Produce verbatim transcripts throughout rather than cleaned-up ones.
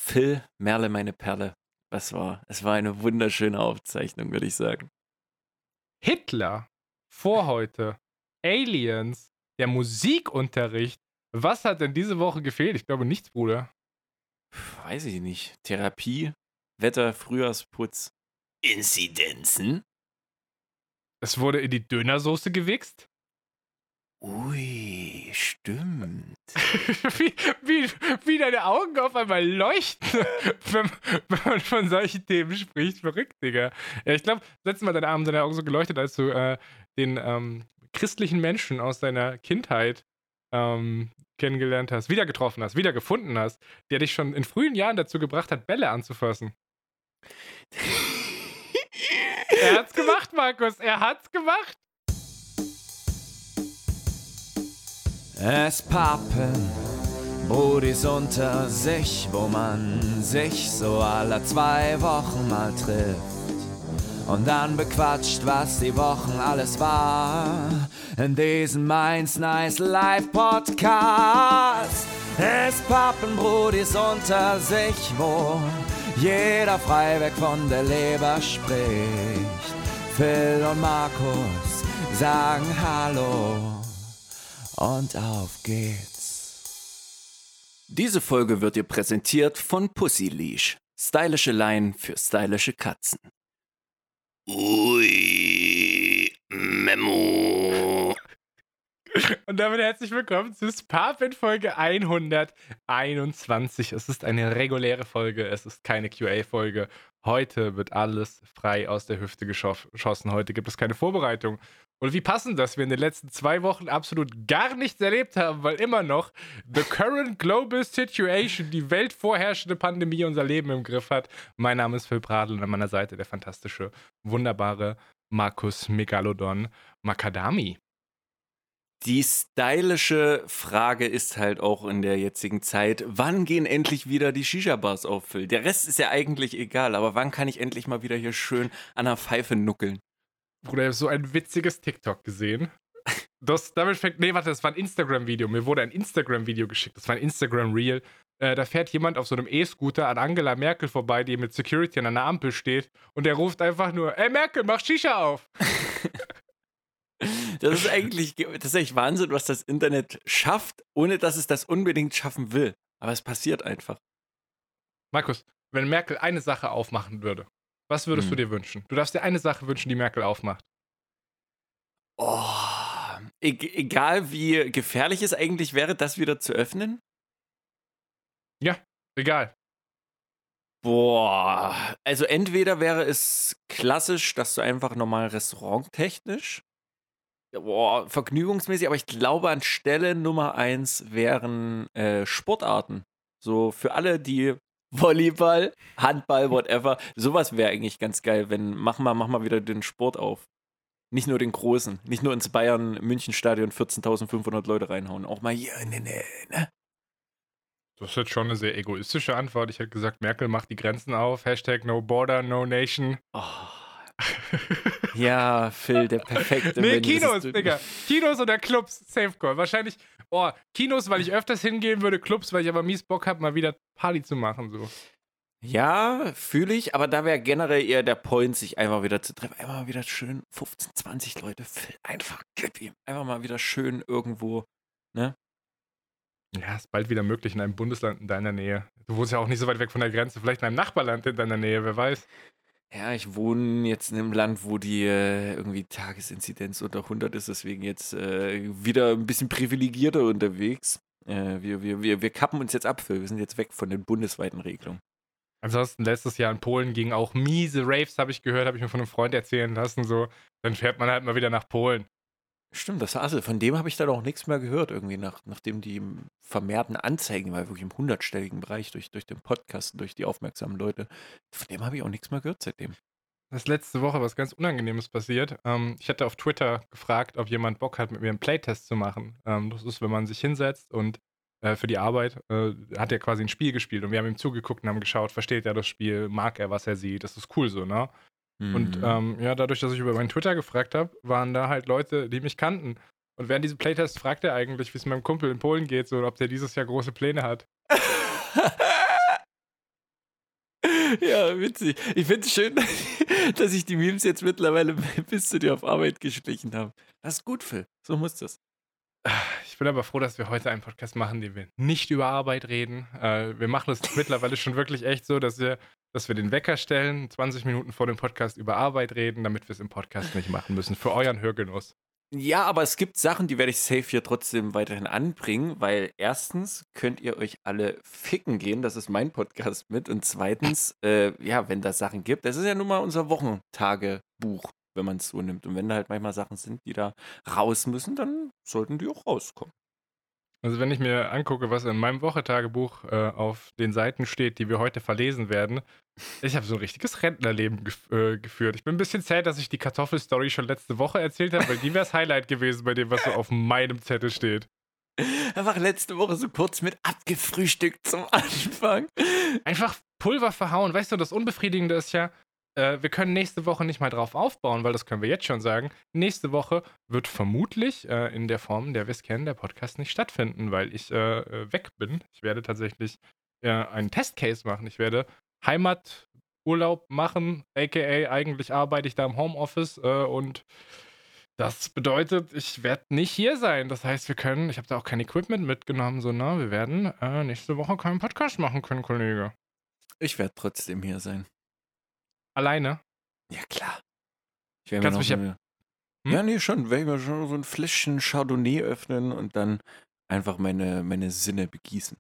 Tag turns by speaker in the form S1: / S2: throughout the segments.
S1: Phil, Merle, meine Perle. Was war? Es war eine wunderschöne Aufzeichnung, würde ich sagen.
S2: Hitler, Vorhäute, Aliens, der Musikunterricht. Was hat denn diese Woche gefehlt? Ich glaube nichts, Bruder.
S1: Puh, weiß ich nicht. Therapie, Wetter, Frühjahrsputz, Inzidenzen?
S2: Es wurde in die Dönersoße gewichst.
S1: Ui, stimmt.
S2: wie, wie, wie deine Augen auf einmal leuchten, wenn, wenn man von solchen Themen spricht. Verrückt, Digga. Ja, ich glaube, letztes Mal deine Arme, deine Augen so geleuchtet, als du äh, den ähm, christlichen Menschen aus deiner Kindheit ähm, kennengelernt hast, wieder getroffen hast, wieder gefunden hast, der dich schon in frühen Jahren dazu gebracht hat, Bälle anzufassen. Er hat's gemacht, Markus. Er hat's gemacht.
S1: Es pappen Brudis unter sich, wo man sich so alle zwei Wochen mal trifft und dann bequatscht, was die Wochen alles war in diesem Mainz Nice Live Podcast. Es pappen Brudis unter sich, wo jeder frei weg von der Leber spricht. Phil und Markus sagen Hallo. Und auf geht's. Diese Folge wird dir präsentiert von Pussy Leash. Stylische Leinen für stylische Katzen. Ui, Memo.
S2: Und damit herzlich willkommen zu Spap in Folge hunderteinundzwanzig. Es ist eine reguläre Folge, es ist keine Q A-Folge. Heute wird alles frei aus der Hüfte geschossen. Heute gibt es keine Vorbereitung. Und wie passend, dass wir in den letzten zwei Wochen absolut gar nichts erlebt haben, weil immer noch the current global situation, die weltvorherrschende Pandemie, unser Leben im Griff hat. Mein Name ist Phil Pradl und an meiner Seite der fantastische, wunderbare Markus Megalodon Makadami.
S1: Die stylische Frage ist halt auch in der jetzigen Zeit, wann gehen endlich wieder die Shisha-Bars auf, Phil? Der Rest ist ja eigentlich egal, aber wann kann ich endlich mal wieder hier schön an der Pfeife nuckeln?
S2: Bruder, ich habe so ein witziges TikTok gesehen. Das, damit fängt, nee, warte, das war ein Instagram-Video. Mir wurde ein Instagram-Video geschickt. Das war ein Instagram-Reel. Äh, da fährt jemand auf so einem E-Scooter an Angela Merkel vorbei, die mit Security an einer Ampel steht. Und der ruft einfach nur, ey Merkel, mach Shisha auf.
S1: Das ist eigentlich tatsächlich Wahnsinn, was das Internet schafft, ohne dass es das unbedingt schaffen will. Aber es passiert einfach.
S2: Markus, wenn Merkel eine Sache aufmachen würde, was würdest
S1: Hm.
S2: du dir wünschen? Du darfst dir eine Sache wünschen, die Merkel aufmacht.
S1: Oh, e- egal wie gefährlich es eigentlich wäre, das wieder zu öffnen.
S2: Ja, egal.
S1: Boah, also entweder wäre es klassisch, dass du einfach normal restauranttechnisch, ja, boah, vergnügungsmäßig, aber ich glaube, an Stelle Nummer eins wären äh, Sportarten. So für alle, die Volleyball, Handball, whatever, sowas wäre eigentlich ganz geil, wenn, mach mal, mach mal wieder den Sport auf. Nicht nur den großen, nicht nur ins Bayern-München-Stadion vierzehntausendfünfhundert Leute reinhauen, auch mal hier, ne, ne, ne.
S2: Das ist jetzt schon eine sehr egoistische Antwort. Ich hätte gesagt, Merkel macht die Grenzen auf. Hashtag no border, no nation.
S1: Oh. Ja, Phil, der perfekte
S2: Nee,
S1: Mensch.
S2: Kinos, Digga. Kinos oder Clubs, Safe Call. Wahrscheinlich, oh, Kinos, weil ich öfters hingehen würde, Clubs, weil ich aber mies Bock habe, mal wieder Party zu machen, so.
S1: Ja, fühle ich, aber da wäre generell eher der Point, sich einfach wieder zu treffen. Einfach mal wieder schön fünfzehn, zwanzig Leute, Phil, einfach gib ihm. Einfach mal wieder schön irgendwo, ne?
S2: Ja, ist bald wieder möglich in einem Bundesland in deiner Nähe. Du wohnst ja auch nicht so weit weg von der Grenze, vielleicht in einem Nachbarland in deiner Nähe, wer weiß.
S1: Ja, ich wohne jetzt in einem Land, wo die äh, irgendwie Tagesinzidenz unter hundert ist, deswegen jetzt äh, wieder ein bisschen privilegierter unterwegs. Äh, wir, wir, wir, wir kappen uns jetzt ab, Phil. Wir sind jetzt weg von den bundesweiten Regelungen.
S2: Ansonsten letztes Jahr in Polen gingen auch miese Raves, habe ich gehört, habe ich mir von einem Freund erzählen lassen, so. Dann fährt man halt mal wieder nach Polen.
S1: Stimmt, das war also, von dem habe ich dann auch nichts mehr gehört, irgendwie, nach, nachdem die vermehrten Anzeigen, weil wirklich im hundertstelligen Bereich durch, durch den Podcast, durch die aufmerksamen Leute, von dem habe ich auch nichts mehr gehört seitdem.
S2: Das ist letzte Woche was ganz Unangenehmes passiert. Ähm, ich hatte auf Twitter gefragt, ob jemand Bock hat, mit mir einen Playtest zu machen. Ähm, das ist, wenn man sich hinsetzt und äh, für die Arbeit äh, hat er quasi ein Spiel gespielt und wir haben ihm zugeguckt und haben geschaut, versteht er das Spiel, mag er, was er sieht. Das ist cool so, ne? Und
S1: Mhm.
S2: ähm, ja, dadurch, dass ich über meinen Twitter gefragt habe, waren da halt Leute, die mich kannten. Und während diesem Playtest fragt er eigentlich, wie es meinem Kumpel in Polen geht, so ob der dieses Jahr große Pläne hat.
S3: Ja, witzig. Ich finde es schön, dass ich die Memes jetzt mittlerweile bis zu dir auf Arbeit geschlichen habe. Das ist gut, Phil. So muss das.
S2: Ich bin aber froh, dass wir heute einen Podcast machen, den wir nicht über Arbeit reden. Äh, wir machen es mittlerweile schon wirklich echt so, dass wir, dass wir den Wecker stellen, zwanzig Minuten vor dem Podcast über Arbeit reden, damit wir es im Podcast nicht machen müssen. Für euren Hörgenuss.
S3: Ja, aber es gibt Sachen, die werde ich safe hier trotzdem weiterhin anbringen, weil erstens könnt ihr euch alle ficken gehen, das ist mein Podcast mit. Und zweitens, äh, ja, wenn da Sachen gibt, das ist ja nun mal unser Wochentagebuch, wenn man es so nimmt. Und wenn da halt manchmal Sachen sind, die da raus müssen, dann sollten die auch rauskommen.
S2: Also wenn ich mir angucke, was in meinem Wochentagebuch äh, auf den Seiten steht, die wir heute verlesen werden, ich habe so ein richtiges Rentnerleben gef äh, geführt. Ich bin ein bisschen sad, dass ich die Kartoffelstory schon letzte Woche erzählt habe, weil die wäre das Highlight gewesen bei dem, was so auf meinem Zettel steht.
S3: Einfach letzte Woche so kurz mit abgefrühstückt zum Anfang.
S2: Einfach Pulver verhauen. Weißt du, das Unbefriedigende ist ja, äh, wir können nächste Woche nicht mal drauf aufbauen, weil das können wir jetzt schon sagen. Nächste Woche wird vermutlich äh, in der Form, in der wir es kennen, der Podcast nicht stattfinden, weil ich äh, äh, weg bin. Ich werde tatsächlich äh, einen Testcase machen. Ich werde Heimaturlaub machen, aka eigentlich arbeite ich da im Homeoffice äh, und das bedeutet, ich werde nicht hier sein. Das heißt, wir können, ich habe da auch kein Equipment mitgenommen, so, ne, wir werden äh, nächste Woche keinen Podcast machen können, Kollege.
S3: Ich werde trotzdem hier sein.
S2: Alleine?
S3: Ja, klar. Ich werde mir
S2: Kannst
S3: noch
S2: mich
S3: so
S2: ja.
S3: eine,
S2: Hm?
S3: ja, nee, schon. Werde ich mir schon so ein Fläschchen Chardonnay öffnen und dann einfach meine, meine Sinne begießen.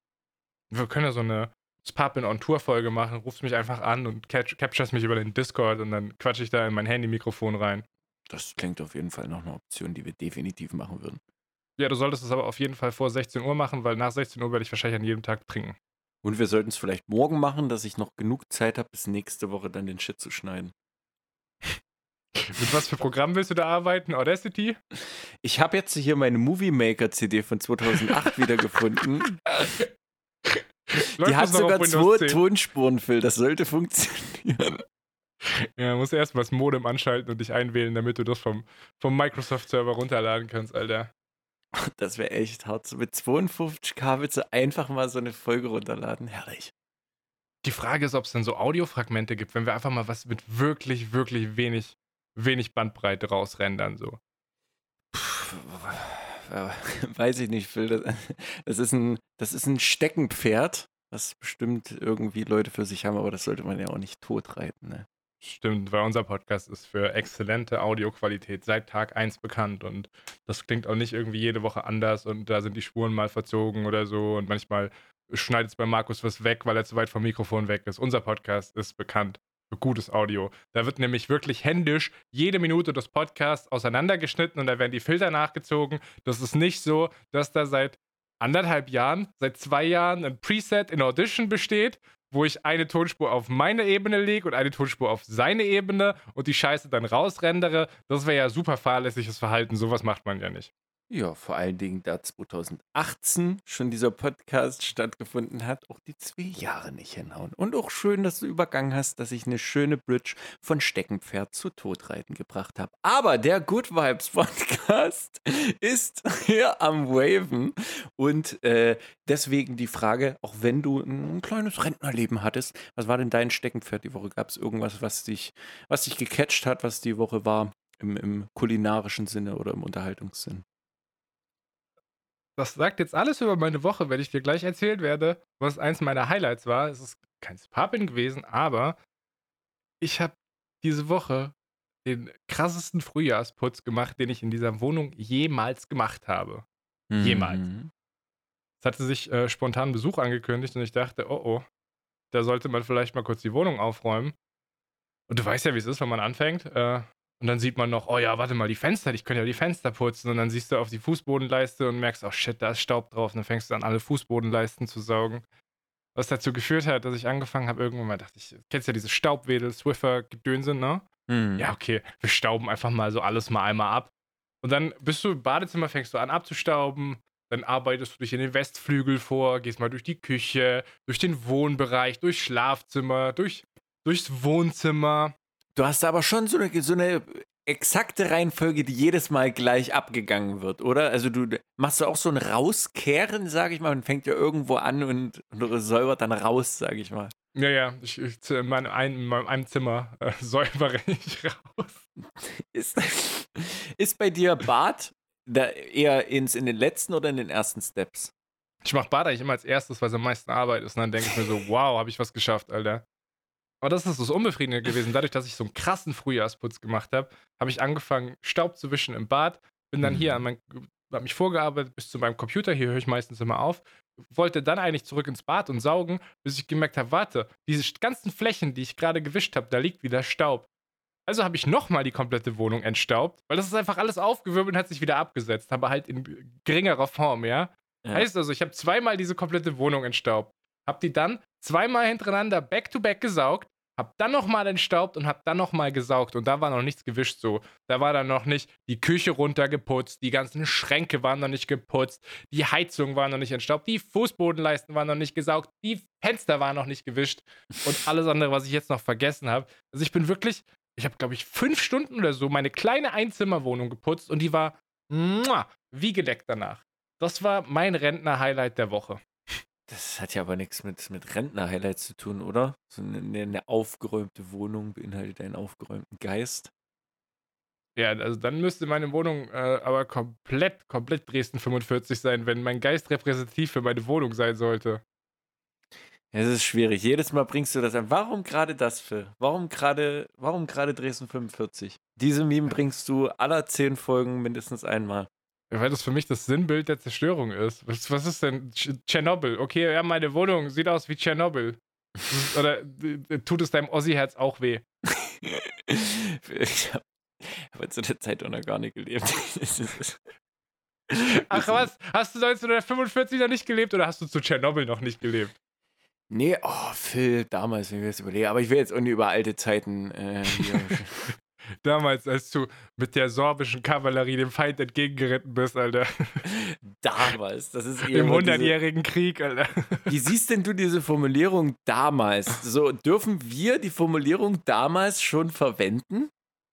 S2: Wir können ja so eine Spapin-on-Tour-Folge machen. Rufst mich einfach an und catch, captures mich über den Discord und dann quatsche ich da in mein Handy-Mikrofon rein.
S3: Das klingt auf jeden Fall nach einer Option, die wir definitiv machen würden.
S2: Ja, du solltest es aber auf jeden Fall vor sechzehn Uhr machen, weil nach sechzehn Uhr werde ich wahrscheinlich an jedem Tag trinken.
S3: Und wir sollten es vielleicht morgen machen, dass ich noch genug Zeit habe, bis nächste Woche dann den Shit zu schneiden.
S2: Mit was für Programm willst du da arbeiten? Audacity?
S3: Ich habe jetzt hier meine Movie Maker C D von zweitausendacht wiedergefunden.
S2: Läuft
S3: Die hat
S2: das noch
S3: sogar
S2: auf Windows
S3: zwei
S2: zehn?
S3: Tonspuren, Phil. Das sollte funktionieren.
S2: Ja, musst erst mal das Modem anschalten und dich einwählen, damit du das vom, vom Microsoft-Server runterladen kannst, Alter.
S3: Das wäre echt hart. So mit zweiundfünfzig K willst du einfach mal so eine Folge runterladen. Herrlich.
S2: Die Frage ist, ob es dann so Audiofragmente gibt, wenn wir einfach mal was mit wirklich, wirklich wenig, wenig Bandbreite rausrendern, so.
S3: Puh, weiß ich nicht, Phil. Das, das, ist ein, das ist ein Steckenpferd, was bestimmt irgendwie Leute für sich haben, aber das sollte man ja auch nicht totreiten, ne?
S2: Stimmt, weil unser Podcast ist für exzellente Audioqualität seit Tag eins bekannt und das klingt auch nicht irgendwie jede Woche anders und da sind die Spuren mal verzogen oder so und manchmal schneidet es bei Markus was weg, weil er zu weit vom Mikrofon weg ist. Unser Podcast ist bekannt für gutes Audio. Da wird nämlich wirklich händisch jede Minute des Podcasts auseinandergeschnitten und da werden die Filter nachgezogen. Das ist nicht so, dass da seit anderthalb Jahren, seit zwei Jahren ein Preset in Audition besteht, wo ich eine Tonspur auf meine Ebene lege und eine Tonspur auf seine Ebene und die Scheiße dann rausrendere. Das wäre ja super fahrlässiges Verhalten. Sowas macht man ja nicht.
S3: Ja, vor allen Dingen, da zweitausendachtzehn schon dieser Podcast stattgefunden hat, auch die zwei Jahre nicht hinhauen. Und auch schön, dass du übergangen hast, dass ich eine schöne Bridge von Steckenpferd zu Todreiten gebracht habe. Aber der Good Vibes Podcast ist hier am Waven. Und äh, deswegen die Frage, auch wenn du ein kleines Rentnerleben hattest, was war denn dein Steckenpferd die Woche? Gab es irgendwas, was dich, was dich gecatcht hat, was die Woche war, im, im kulinarischen Sinne oder im Unterhaltungssinn?
S2: Das sagt jetzt alles über meine Woche, wenn ich dir gleich erzählt werde, was eins meiner Highlights war. Es ist kein Spapin gewesen, aber ich habe diese Woche den krassesten Frühjahrsputz gemacht, den ich in dieser Wohnung jemals gemacht habe. Jemals.
S3: Mhm.
S2: Es hatte sich äh, spontan Besuch angekündigt und ich dachte, oh oh, da sollte man vielleicht mal kurz die Wohnung aufräumen. Und du weißt ja, wie es ist, wenn man anfängt. Äh, und dann sieht man noch, oh ja, warte mal, die Fenster, ich könnte ja die Fenster putzen. Und dann siehst du auf die Fußbodenleiste und merkst, oh shit, da ist Staub drauf. Und dann fängst du an, alle Fußbodenleisten zu saugen. Was dazu geführt hat, dass ich angefangen habe, irgendwann mal dachte ich, kennst ja diese Staubwedel, Swiffer-Gedönse, ne?
S3: Mhm.
S2: Ja, okay, wir stauben einfach mal so alles mal einmal ab. Und dann bist du im Badezimmer, fängst du an abzustauben. Dann arbeitest du dich in den Westflügel vor, gehst mal durch die Küche, durch den Wohnbereich, durchs Schlafzimmer, durch, durchs Wohnzimmer.
S3: Du hast aber schon so eine, so eine exakte Reihenfolge, die jedes Mal gleich abgegangen wird, oder? Also du machst du auch so ein Rauskehren, sage ich mal, und fängt ja irgendwo an und, und säubert dann raus, sage ich mal.
S2: Ja, ja, ich, ich, in, meinem, ein, in meinem einem Zimmer äh, säubere ich raus.
S3: Ist, ist bei dir Bad da eher ins, in den letzten oder in den ersten Steps?
S2: Ich mache Bad eigentlich immer als erstes, weil es am meisten Arbeit ist. Und dann denke ich mir so, wow, habe ich was geschafft, Alter. Aber das ist das Unbefriedigende gewesen. Dadurch, dass ich so einen krassen Frühjahrsputz gemacht habe, habe ich angefangen, Staub zu wischen im Bad. Bin dann hier an mein, habe mich vorgearbeitet bis zu meinem Computer. Hier höre ich meistens immer auf. Wollte dann eigentlich zurück ins Bad und saugen, bis ich gemerkt habe, warte, diese ganzen Flächen, die ich gerade gewischt habe, da liegt wieder Staub. Also habe ich nochmal die komplette Wohnung entstaubt, weil das ist einfach alles aufgewirbelt und hat sich wieder abgesetzt, aber halt in geringerer Form, ja.
S3: Ja.
S2: Heißt also, ich habe zweimal diese komplette Wohnung entstaubt, habe die dann zweimal hintereinander back-to-back gesaugt, habe dann nochmal entstaubt und habe dann nochmal gesaugt und da war noch nichts gewischt so. Da war dann noch nicht die Küche runtergeputzt, die ganzen Schränke waren noch nicht geputzt, die Heizung war noch nicht entstaubt, die Fußbodenleisten waren noch nicht gesaugt, die Fenster waren noch nicht gewischt und alles andere, was ich jetzt noch vergessen habe. Also ich bin wirklich, ich habe glaube ich fünf Stunden oder so meine kleine Einzimmerwohnung geputzt und die war muah, wie geleckt danach. Das war mein Rentner-Highlight der Woche.
S3: Das hat ja aber nichts mit, mit Rentner-Highlights zu tun, oder? So eine, eine aufgeräumte Wohnung beinhaltet einen aufgeräumten Geist.
S2: Ja, also dann müsste meine Wohnung äh, aber komplett, komplett Dresden fünfundvierzig sein, wenn mein Geist repräsentativ für meine Wohnung sein sollte.
S3: Es ist schwierig. Jedes Mal bringst du das an. Warum gerade das, Phil? Warum gerade, warum gerade Dresden fünfundvierzig? Diese Meme bringst du aller zehn Folgen mindestens einmal.
S2: Weil das für mich das Sinnbild der Zerstörung ist. Was, was ist denn Ch- Tschernobyl? Okay, ja, meine Wohnung sieht aus wie Tschernobyl. Oder äh, tut es deinem Ossi-Herz auch weh?
S3: Ich habe hab zu der Zeit auch noch gar nicht gelebt.
S2: Ach was, hast du neunzehnhundertfünfundvierzig noch nicht gelebt oder hast du zu Tschernobyl noch nicht gelebt?
S3: Nee, oh, Phil, damals, wenn wir das überlegen. Aber ich will jetzt auch nicht über alte Zeiten äh, hier.
S2: Damals, als du mit der sorbischen Kavallerie dem Feind entgegengeritten bist, Alter.
S3: Damals, das ist eher
S2: Im
S3: immer
S2: hundertjährigen Krieg, Alter.
S3: diese, Wie siehst denn du diese Formulierung damals? So, dürfen wir die Formulierung damals schon verwenden?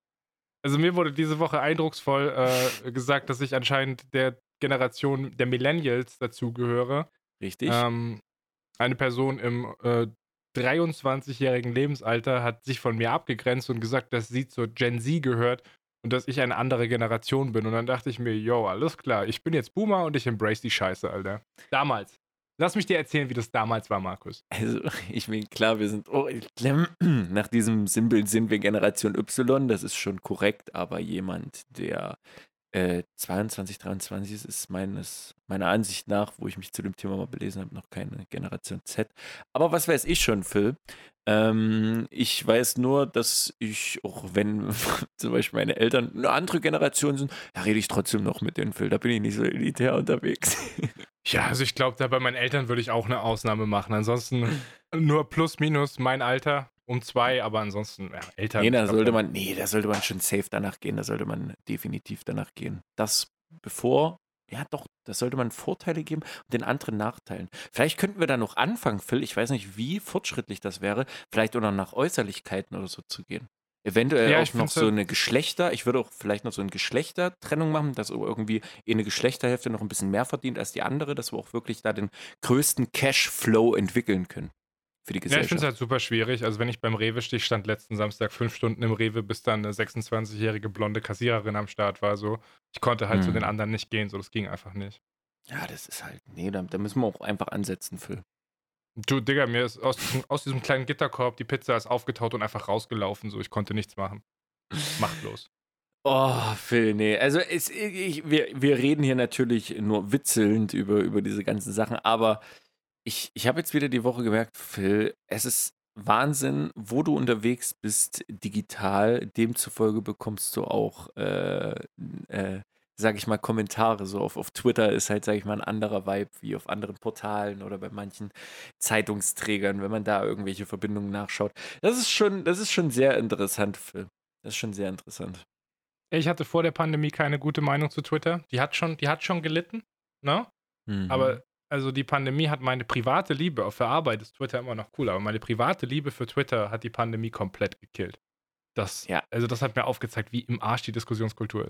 S2: Also mir wurde diese Woche eindrucksvoll äh, gesagt, dass ich anscheinend der Generation der Millennials dazugehöre.
S3: Richtig.
S2: Ähm, eine Person im äh, dreiundzwanzigjährigen Lebensalter hat sich von mir abgegrenzt und gesagt, dass sie zur Gen Z gehört und dass ich eine andere Generation bin. Und dann dachte ich mir, yo, alles klar, ich bin jetzt Boomer und ich embrace die Scheiße, Alter. Damals. Lass mich dir erzählen, wie das damals war, Markus.
S3: Also, ich meine, klar, wir sind, oh, nach diesem Sinnbild sind wir Generation Y, das ist schon korrekt, aber jemand, der äh, zweiundzwanzig, dreiundzwanzig ist, ist meines, meiner Ansicht nach, wo ich mich zu dem Thema mal belesen habe, noch keine Generation Z. Aber was weiß ich schon, Phil? Ähm, ich weiß nur, dass ich, auch wenn zum Beispiel meine Eltern eine andere Generation sind, da rede ich trotzdem noch mit denen, Phil. Da bin ich nicht so elitär unterwegs.
S2: Ja, also ich glaube, da bei meinen Eltern würde ich auch eine Ausnahme machen. Ansonsten nur plus minus mein Alter um zwei, aber ansonsten, ja, Eltern.
S3: Nee, da
S2: ich glaub,
S3: sollte
S2: dann-
S3: man, nee, da sollte man schon safe danach gehen. Da sollte man definitiv danach gehen. Das bevor, ja doch, das sollte man Vorteile geben und den anderen Nachteilen. Vielleicht könnten wir da noch anfangen, Phil. Ich weiß nicht, wie fortschrittlich das wäre, vielleicht oder nach Äußerlichkeiten oder so zu gehen. Eventuell
S2: Ja,
S3: auch
S2: ich
S3: noch
S2: find's
S3: so
S2: halt-
S3: eine Geschlechter, ich würde auch vielleicht noch so eine Geschlechtertrennung machen, dass irgendwie eine Geschlechterhälfte noch ein bisschen mehr verdient als die andere, dass wir auch wirklich da den größten Cashflow entwickeln können für die
S2: Ja, ich
S3: Gesellschaft.
S2: finde es halt super schwierig. Also wenn ich beim Rewe stehe, ich stand letzten Samstag fünf Stunden im Rewe, bis dann eine sechsundzwanzigjährige blonde Kassiererin am Start war. So, ich konnte halt zu
S3: Hm.
S2: den anderen nicht gehen, so das ging einfach nicht.
S3: Ja, das ist halt, nee, da, da müssen wir auch einfach ansetzen, Phil.
S2: Du, Digga, mir ist aus diesem, aus diesem kleinen Gitterkorb die Pizza ist aufgetaut und einfach rausgelaufen. So, ich konnte nichts machen. Machtlos.
S3: Oh, Phil, nee. Also es, ich, wir, wir reden hier natürlich nur witzelnd über, über diese ganzen Sachen, aber ich, ich habe jetzt wieder die Woche gemerkt, Phil, es ist Wahnsinn, wo du unterwegs bist digital. Demzufolge bekommst du auch, äh, äh, sag ich mal, Kommentare. So auf, auf Twitter ist halt, sag ich mal, ein anderer Vibe wie auf anderen Portalen oder bei manchen Zeitungsträgern, wenn man da irgendwelche Verbindungen nachschaut. Das ist schon, das ist schon sehr interessant, Phil. Das ist schon sehr interessant.
S2: Ich hatte vor der Pandemie keine gute Meinung zu Twitter. Die hat schon, die hat schon gelitten, ne?
S3: Mhm.
S2: Aber also die Pandemie hat meine private Liebe, für Arbeit ist Twitter immer noch cool, aber meine private Liebe für Twitter hat die Pandemie komplett gekillt. Das,
S3: Ja.
S2: also das hat mir aufgezeigt, wie im Arsch die Diskussionskultur ist.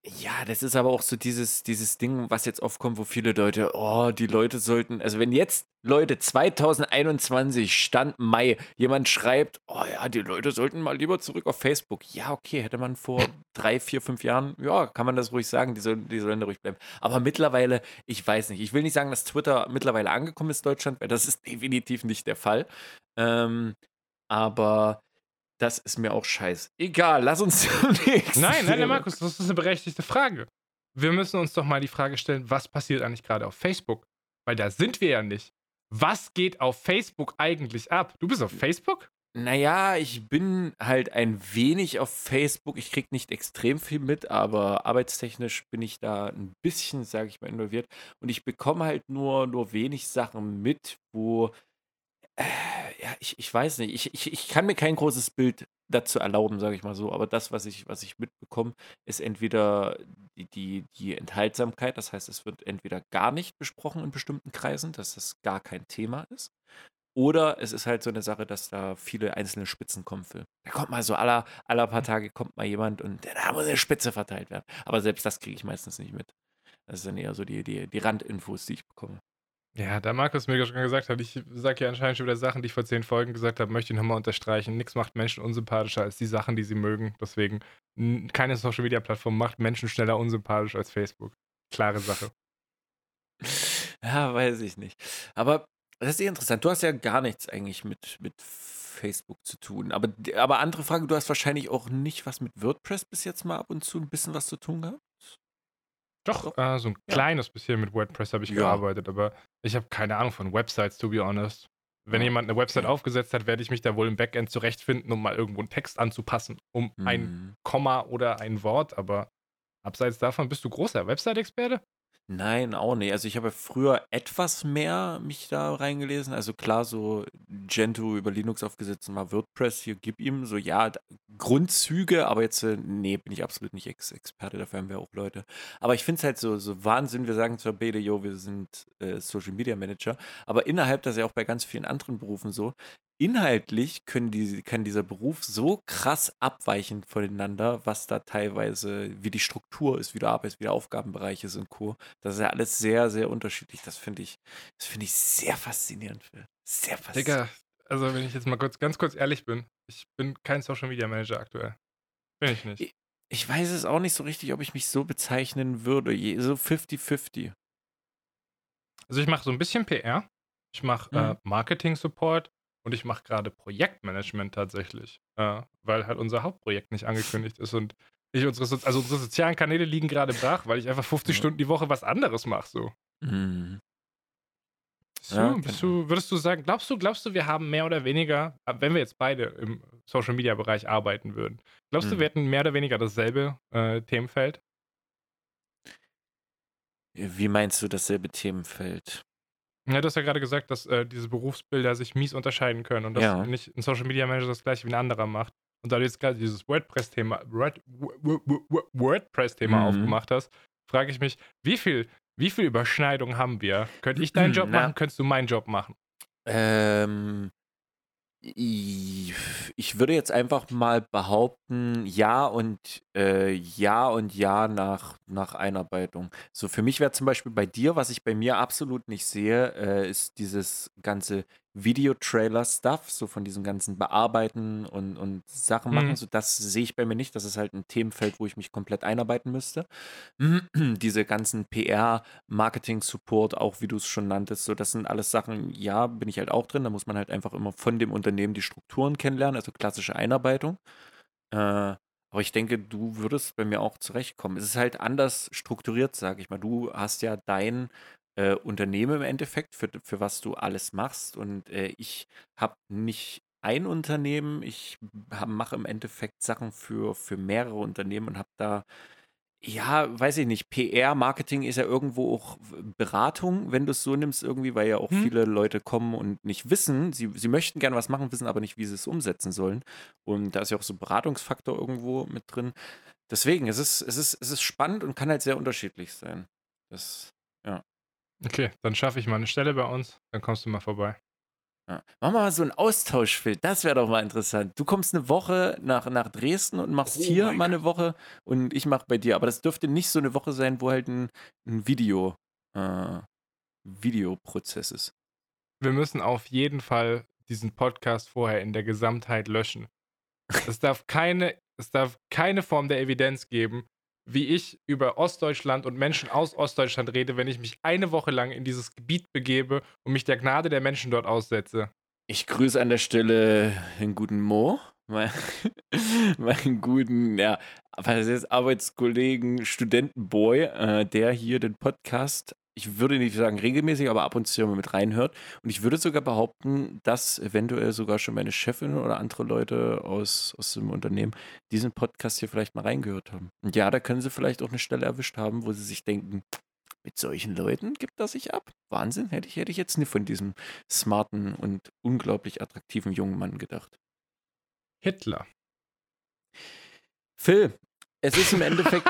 S3: Ja, das ist aber auch so dieses, dieses Ding, was jetzt oft kommt, wo viele Leute, oh, die Leute sollten, also wenn jetzt Leute zwanzig einundzwanzig, Stand Mai, jemand schreibt, oh ja, die Leute sollten mal lieber zurück auf Facebook. Ja, okay, hätte man vor drei, vier, fünf Jahren, ja, kann man das ruhig sagen, die sollen, die sollen da ruhig bleiben. Aber mittlerweile, ich weiß nicht, ich will nicht sagen, dass Twitter mittlerweile angekommen ist in Deutschland, weil das ist definitiv nicht der Fall. Ähm, aber das ist mir auch scheiße. Egal, lass uns zum nächsten
S2: Nein, nein, nein,
S3: Thema.
S2: Markus, das ist eine berechtigte Frage. Wir müssen uns doch mal die Frage stellen, was passiert eigentlich gerade auf Facebook? Weil da sind wir ja nicht. Was geht auf Facebook eigentlich ab? Du bist auf Facebook?
S3: Naja, ich bin halt ein wenig auf Facebook. Ich krieg nicht extrem viel mit, aber arbeitstechnisch bin ich da ein bisschen, sage ich mal, involviert. Und ich bekomme halt nur, nur wenig Sachen mit, wo, äh, ja, ich, ich weiß nicht, ich, ich, ich kann mir kein großes Bild dazu erlauben, sage ich mal so. Aber das, was ich, was ich mitbekomme, ist entweder die, die, die Enthaltsamkeit. Das heißt, es wird entweder gar nicht besprochen in bestimmten Kreisen, dass das gar kein Thema ist. Oder es ist halt so eine Sache, dass da viele einzelne Spitzen kommen für. Da kommt mal so aller, aller paar Tage kommt mal jemand und da muss eine Spitze verteilt werden. Aber selbst das kriege ich meistens nicht mit. Das sind eher so die, die, die Randinfos, die ich bekomme.
S2: Ja, da Markus mir schon gesagt hat, ich sage ja anscheinend schon wieder Sachen, die ich vor zehn Folgen gesagt habe, möchte ich nochmal unterstreichen. Nichts macht Menschen unsympathischer als die Sachen, die sie mögen. Deswegen, n- keine Social-Media-Plattform macht Menschen schneller unsympathisch als Facebook. Klare Sache.
S3: Ja, weiß ich nicht. Aber das ist eh interessant. Du hast ja gar nichts eigentlich mit, mit Facebook zu tun. Aber, aber andere Frage, du hast wahrscheinlich auch nicht was mit WordPress bis jetzt mal ab und zu ein bisschen was zu tun gehabt?
S2: Doch,
S3: Doch?
S2: äh, so ein
S3: Ja.
S2: kleines bisschen mit WordPress habe ich
S3: Ja.
S2: gearbeitet, aber ich habe keine Ahnung von Websites, to be honest. Wenn
S3: Ja,
S2: jemand eine Website
S3: okay.
S2: aufgesetzt hat, werde ich mich da wohl im Backend zurechtfinden, um mal irgendwo einen Text anzupassen, um ein
S3: Hm.
S2: Komma oder ein Wort, aber abseits davon bist du großer Website-Experte?
S3: Nein, auch nicht. Also ich habe früher etwas mehr mich da reingelesen. Also klar, so Gentoo über Linux aufgesetzt und mal WordPress, hier gib ihm so, ja, d- Grundzüge, aber jetzt, äh, nee, bin ich absolut nicht Ex Experte, dafür haben wir auch Leute. Aber ich finde es halt so, so Wahnsinn, wir sagen zwar beide, jo, wir sind äh, Social Media Manager, aber innerhalb, das ist ja auch bei ganz vielen anderen Berufen so, inhaltlich können die, kann dieser Beruf so krass abweichen voneinander, was da teilweise, wie die Struktur ist, wie du arbeitest, wie der Aufgabenbereich ist und Co. Das ist ja alles sehr, sehr unterschiedlich. Das finde ich, das finde ich sehr faszinierend, Phil. Sehr faszinierend.
S2: Digga, also wenn ich jetzt mal kurz, ganz kurz ehrlich bin, ich bin kein Social Media Manager aktuell. Bin ich nicht.
S3: Ich, ich weiß es auch nicht so richtig, ob ich mich so bezeichnen würde. Je, so fünfzig fünfzig.
S2: Also ich mache so ein bisschen P R, ich mache äh,
S3: Mhm.
S2: Marketing-Support und ich mache gerade Projektmanagement tatsächlich, äh, weil halt unser Hauptprojekt nicht angekündigt ist und ich unsere, so also unsere sozialen Kanäle liegen gerade brach, weil ich einfach fünfzig
S3: Ja.
S2: Stunden die Woche was anderes mache so.
S3: Mhm.
S2: Bist
S3: Ja,
S2: du, bist
S3: genau.
S2: du, würdest du sagen, glaubst du, glaubst du, wir haben mehr oder weniger, äh, wenn wir jetzt beide im Social Media Bereich arbeiten würden, glaubst du, wir
S3: Mhm.
S2: hätten mehr oder weniger dasselbe äh, Themenfeld?
S3: Wie meinst du dasselbe Themenfeld?
S2: Ja, du hast ja gerade gesagt, dass äh, diese Berufsbilder sich mies unterscheiden können und dass
S3: Ja.
S2: nicht ein Social Media Manager das gleiche wie ein anderer macht. Und da du jetzt gerade dieses WordPress-Thema Word, Wo- Wo- Wo- WordPress-Thema
S3: Mhm.
S2: aufgemacht hast, frage ich mich, wie viel, wie viel Überschneidung haben wir? Könnte ich deinen Job
S3: Na,
S2: machen, könntest du meinen Job machen?
S3: ähm, I- Ich würde jetzt einfach mal behaupten, ja und äh, ja und ja nach, nach Einarbeitung. So für mich wäre zum Beispiel bei dir, was ich bei mir absolut nicht sehe, äh, ist dieses ganze Videotrailer-Stuff, so von diesem ganzen Bearbeiten und, und Sachen machen.
S2: Hm.
S3: So das sehe ich bei mir nicht. Das ist halt ein Themenfeld, wo ich mich komplett einarbeiten müsste. Diese ganzen P R, Marketing, Support, auch wie du es schon nanntest, so das sind alles Sachen, ja, bin ich halt auch drin. Da muss man halt einfach immer von dem Unternehmen die Strukturen kennenlernen, also klassische Einarbeitung. Äh, aber ich denke, du würdest bei mir auch zurechtkommen. Es ist halt anders strukturiert, sage ich mal. Du hast ja dein äh, Unternehmen im Endeffekt, für, für was du alles machst. Und äh, ich habe nicht ein Unternehmen, ich mache im Endeffekt Sachen für, für mehrere Unternehmen und habe da ja, weiß ich nicht. P R, Marketing ist ja irgendwo auch Beratung, wenn du es so nimmst irgendwie, weil ja auch
S2: Hm?
S3: viele Leute kommen und nicht wissen, sie, sie möchten gerne was machen, wissen aber nicht, wie sie es umsetzen sollen. Und da ist ja auch so ein Beratungsfaktor irgendwo mit drin. Deswegen, es ist, es ist, es ist spannend und kann halt sehr unterschiedlich sein. Das, ja.
S2: Okay, dann schaffe ich mal eine Stelle bei uns, dann kommst du mal vorbei.
S3: Ja. Machen wir mal so einen Austauschfilm. Das wäre doch mal interessant. Du kommst eine Woche nach, nach Dresden und machst
S2: Oh
S3: hier
S2: mein
S3: mal eine Woche und ich mache bei dir. Aber das dürfte nicht so eine Woche sein, wo halt ein, ein Video, äh, Videoprozess ist.
S2: Wir müssen auf jeden Fall diesen Podcast vorher in der Gesamtheit löschen. Es darf keine, es darf keine Form der Evidenz geben, wie ich über Ostdeutschland und Menschen aus Ostdeutschland rede, wenn ich mich eine Woche lang in dieses Gebiet begebe und mich der Gnade der Menschen dort aussetze.
S3: Ich grüße an der Stelle den guten Mo, mein, meinen guten, ja, was ist Arbeitskollegen, Studentenboy, äh, der hier den Podcast, ich würde nicht sagen regelmäßig, aber ab und zu mal mit reinhört. Und ich würde sogar behaupten, dass eventuell sogar schon meine Chefin oder andere Leute aus, aus dem Unternehmen diesen Podcast hier vielleicht mal reingehört haben. Und ja, da können sie vielleicht auch eine Stelle erwischt haben, wo sie sich denken, mit solchen Leuten gibt er sich ab. Wahnsinn, hätte ich, hätte ich jetzt nicht von diesem smarten und unglaublich attraktiven jungen Mann gedacht.
S2: Hitler.
S3: Phil, es ist im Endeffekt.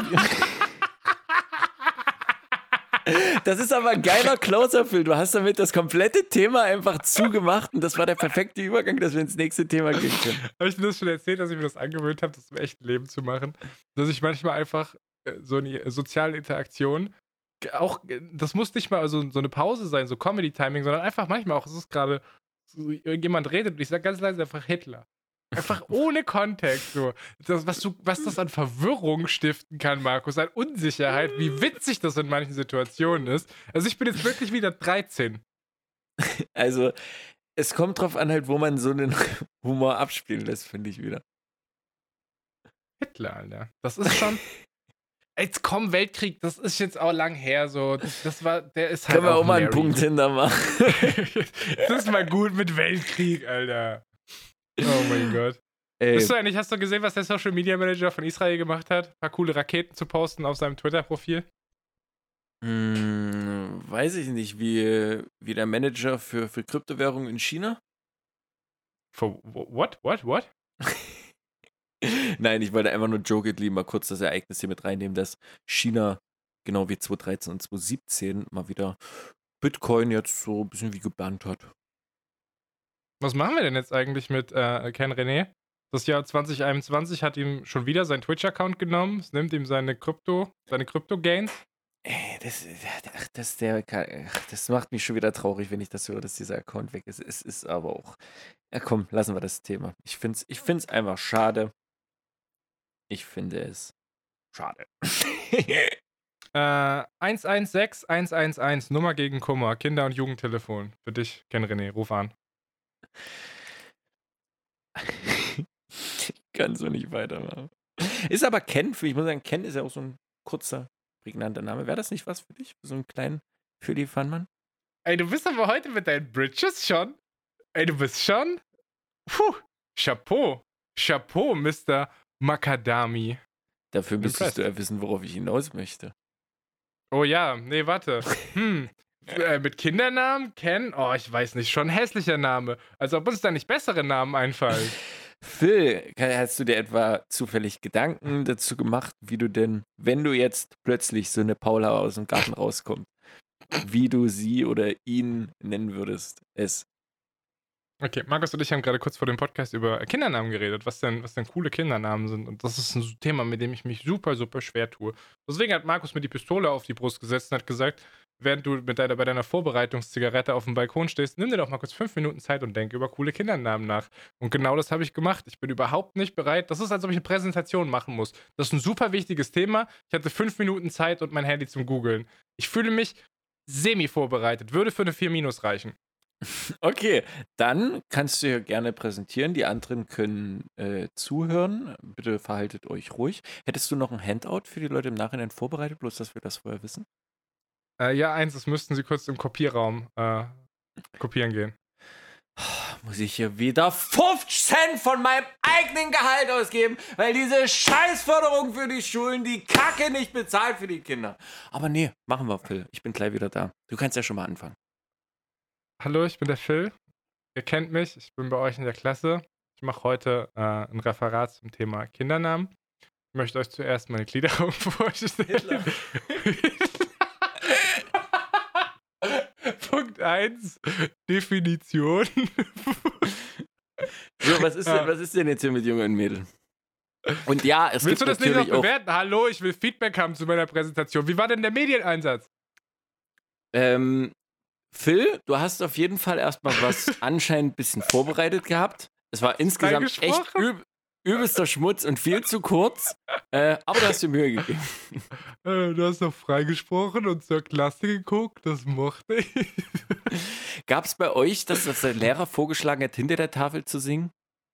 S3: Das ist aber ein geiler Closer, Phil. Du hast damit das komplette Thema einfach zugemacht und das war der perfekte Übergang, dass wir ins nächste Thema gehen können.
S2: Habe ich dir das schon erzählt, dass ich mir das angewöhnt habe, das im echten Leben zu machen? Dass ich manchmal einfach äh, so eine soziale Interaktion, g- auch, äh, das muss nicht mal also so eine Pause sein, so Comedy-Timing, sondern einfach manchmal auch, es ist gerade, so, irgendjemand redet und ich sage ganz leise einfach Hitler. Einfach ohne Kontext, so. Das, was, du, was das an Verwirrung stiften kann, Markus, an Unsicherheit, wie witzig das in manchen Situationen ist. Also ich bin jetzt wirklich wieder dreizehn.
S3: Also, es kommt drauf an, halt, wo man so einen Humor abspielen lässt, finde ich wieder.
S2: Hitler, Alter. Das ist schon. Jetzt komm, Weltkrieg, das ist jetzt auch lang her, so. Das war, der ist halt.
S3: Können wir auch mal einen
S2: Larry.
S3: Punkt hintermachen.
S2: Das ist mal gut mit Weltkrieg, Alter. Oh mein Gott.
S3: Ey,
S2: Bist du eigentlich, hast du gesehen, was der Social Media Manager von Israel gemacht hat? Ein paar coole Raketen zu posten auf seinem Twitter-Profil?
S3: mh, weiß ich nicht, wie, wie der Manager für, für Kryptowährungen in China?
S2: For what? What? What?
S3: Nein, ich wollte einfach nur jokingly mal kurz das Ereignis hier mit reinnehmen, dass China, genau wie zwanzig dreizehn und zwanzig siebzehn, mal wieder Bitcoin jetzt so ein bisschen wie gebannt hat.
S2: Was machen wir denn jetzt eigentlich mit äh, Ken René? Das Jahr zwanzig einundzwanzig hat ihm schon wieder seinen Twitch-Account genommen. Es nimmt ihm seine Krypto, seine Krypto-Gains.
S3: Ey, das, ach, das, der, ach, das macht mich schon wieder traurig, wenn ich das höre, dass dieser Account weg ist. Es ist aber auch. Ja, komm, lassen wir das Thema. Ich finde es ich find's einfach schade. Ich finde es schade.
S2: Äh, eins eins sechs eins eins eins, Nummer gegen Kummer, Kinder- und Jugendtelefon. Für dich, Ken René, ruf an.
S3: Ich kann so nicht weitermachen. Ist aber Ken, für, ich muss sagen, Ken ist ja auch so ein kurzer, prägnanter Name. Wäre das nicht was für dich? Für so einen kleinen Philly Funmann?
S2: Ey, du bist aber heute mit deinen Bridges schon. Ey, du bist schon. Puh, Chapeau. Chapeau, Mister Makadami.
S3: Dafür müsstest
S2: Impressed.
S3: du ja wissen, worauf ich hinaus möchte.
S2: Oh ja, nee, warte. Hm. Äh, mit Kindernamen? Ken? Oh, ich weiß nicht. Schon ein hässlicher Name. Als ob uns da nicht bessere Namen einfallen.
S3: Phil, kann- hast du dir etwa zufällig Gedanken dazu gemacht, wie du denn, wenn du jetzt plötzlich so eine Paula aus dem Garten rauskommt, wie du sie oder ihn nennen würdest? Es.
S2: Okay, Markus und ich haben gerade kurz vor dem Podcast über Kindernamen geredet, was denn, was denn coole Kindernamen sind. Und das ist ein Thema, mit dem ich mich super, super schwer tue. Deswegen hat Markus mir die Pistole auf die Brust gesetzt und hat gesagt, während du mit deiner, bei deiner Vorbereitungszigarette auf dem Balkon stehst, nimm dir doch mal kurz fünf Minuten Zeit und denke über coole Kindernamen nach. Und genau das habe ich gemacht. Ich bin überhaupt nicht bereit. Das ist, als ob ich eine Präsentation machen muss. Das ist ein super wichtiges Thema. Ich hatte fünf Minuten Zeit und mein Handy zum Googeln. Ich fühle mich semi-vorbereitet. Würde für eine vier minus reichen.
S3: Okay, dann kannst du ja gerne präsentieren. Die anderen können äh, zuhören. Bitte verhaltet euch ruhig. Hättest du noch ein Handout für die Leute im Nachhinein vorbereitet, bloß dass wir das vorher wissen?
S2: Äh, ja, eins, das müssten sie kurz im Kopierraum äh, kopieren gehen.
S3: Muss ich hier wieder fünfzig Cent von meinem eigenen Gehalt ausgeben, weil diese Scheißförderung für die Schulen die Kacke nicht bezahlt für die Kinder. Aber nee, machen wir, Phil. Ich bin gleich wieder da. Du kannst ja schon mal anfangen.
S2: Hallo, ich bin der Phil. Ihr kennt mich, ich bin bei euch in der Klasse. Ich mache heute äh, ein Referat zum Thema Kindernamen. Ich möchte euch zuerst meine Gliederung vorstellen. Punkt eins, Definition.
S3: So, was ist,
S2: Ja.
S3: denn, was ist denn jetzt hier mit Jungen und Mädels? Und ja, es
S2: Willst du
S3: gibt
S2: das nicht noch
S3: natürlich auch...
S2: bewerten? Hallo, ich will Feedback haben zu meiner Präsentation. Wie war denn der Medieneinsatz?
S3: Ähm, Phil, du hast auf jeden Fall erstmal was anscheinend ein bisschen vorbereitet gehabt. Es war insgesamt echt
S2: Freigesprochen?
S3: üb übelster Schmutz und viel zu kurz. Äh, aber du hast dir Mühe gegeben.
S2: Äh, du hast doch freigesprochen und zur Klasse geguckt. Das mochte ich.
S3: Gab es bei euch, dass das der Lehrer vorgeschlagen hat, hinter der Tafel zu singen?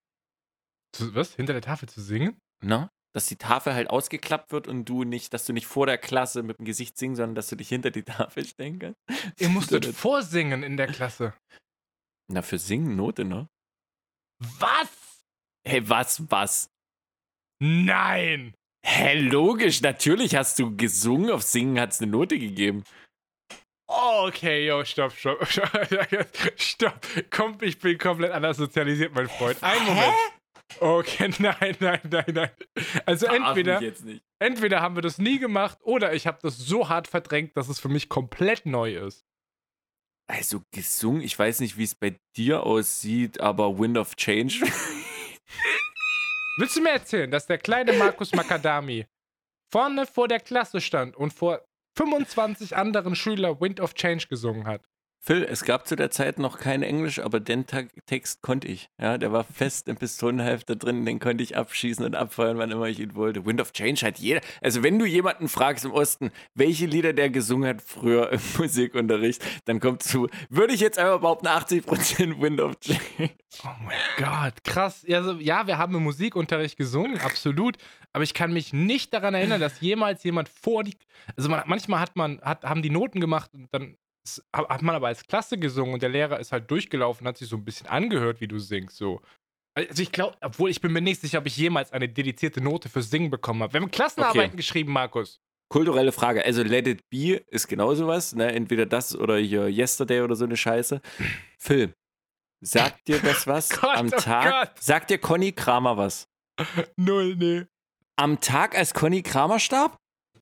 S2: Zu- Was? Hinter der Tafel zu singen?
S3: Na? Dass die Tafel halt ausgeklappt wird und du nicht, dass du nicht vor der Klasse mit dem Gesicht singst, sondern dass du dich hinter die Tafel stellen kannst.
S2: Ihr musstet vorsingen in der Klasse.
S3: Na, für Singen Note, ne?
S2: Was?
S3: Hey, was, was?
S2: Nein!
S3: Hä, logisch, natürlich hast du gesungen, auf Singen hat es eine Note gegeben.
S2: Okay, yo, stopp, stopp, stopp. Stopp. Komm, ich bin komplett anders sozialisiert, mein Freund. Ein Moment. Okay, nein, nein, nein, nein. Also
S3: Verarsch mich
S2: entweder,
S3: jetzt nicht.
S2: entweder haben wir das nie gemacht oder ich habe das so hart verdrängt, dass es für mich komplett neu ist.
S3: Also gesungen, ich weiß nicht, wie es bei dir aussieht, aber Wind of Change.
S2: Willst du mir erzählen, dass der kleine Markus Makadami vorne vor der Klasse stand und vor fünfundzwanzig anderen Schülern Wind of Change gesungen hat?
S3: Phil, es gab zu der Zeit noch kein Englisch, aber den Ta Text konnte ich. Ja, der war fest im Pistolenhalfter drin, den konnte ich abschießen und abfeuern, wann immer ich ihn wollte. Wind of Change hat jeder. Also wenn du jemanden fragst im Osten, welche Lieder der gesungen hat früher im Musikunterricht, dann kommt zu, würde ich jetzt einfach behaupten, achtzig Prozent Wind of Change.
S2: Oh mein Gott, krass. Also, ja, wir haben im Musikunterricht gesungen, absolut. Aber ich kann mich nicht daran erinnern, dass jemals jemand vor die. Also man, manchmal hat man, hat, haben die Noten gemacht und dann s- hat man aber als Klasse gesungen und der Lehrer ist halt durchgelaufen, hat sich so ein bisschen angehört, wie du singst. So. Also ich glaube, obwohl ich bin mir nicht sicher, ob ich jemals eine dedizierte Note für Singen bekommen habe. Wir haben Klassenarbeiten
S3: Okay.
S2: geschrieben, Markus.
S3: Kulturelle Frage. Also Let It Be ist genau sowas, ne? Entweder das oder hier Yesterday oder so eine Scheiße. Phil, sagt dir das was
S2: Gott,
S3: am
S2: oh
S3: Tag?
S2: Gott.
S3: Sagt dir Conny Kramer was?
S2: Null, nee.
S3: Am Tag, als Conny Kramer starb?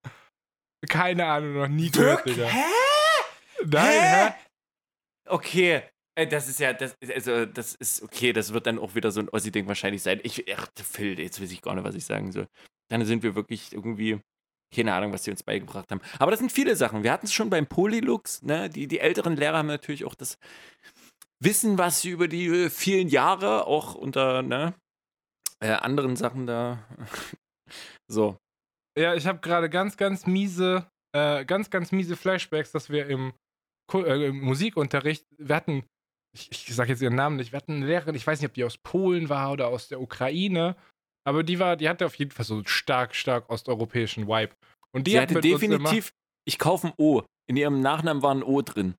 S2: Keine Ahnung, noch nie gehört, Digga.
S3: Hä?
S2: Nein, hä?
S3: Okay. Äh, Das ist ja, das, also, das ist okay, das wird dann auch wieder so ein Ossi-Ding wahrscheinlich sein. Ich, ach, Phil, jetzt weiß ich gar nicht, was ich sagen soll. Dann sind wir wirklich irgendwie, keine Ahnung, was die uns beigebracht haben. Aber das sind viele Sachen. Wir hatten es schon beim Polylux, ne? Die, die älteren Lehrer haben natürlich auch das Wissen, was sie über die äh, vielen Jahre auch unter, ne, äh, anderen Sachen da. So.
S2: Ja, ich habe gerade ganz, ganz miese, äh, ganz, ganz miese Flashbacks, dass wir im, Ku- äh, im Musikunterricht, wir hatten, ich, ich sage jetzt ihren Namen nicht, wir hatten eine Lehrerin, ich weiß nicht, ob die aus Polen war oder aus der Ukraine, aber die war, die hatte auf jeden Fall so einen stark, stark osteuropäischen Vibe. Und die
S3: Sie
S2: hat
S3: hatte
S2: mit uns immer-
S3: definitiv, ich kaufe ein O. In ihrem Nachnamen war ein O drin.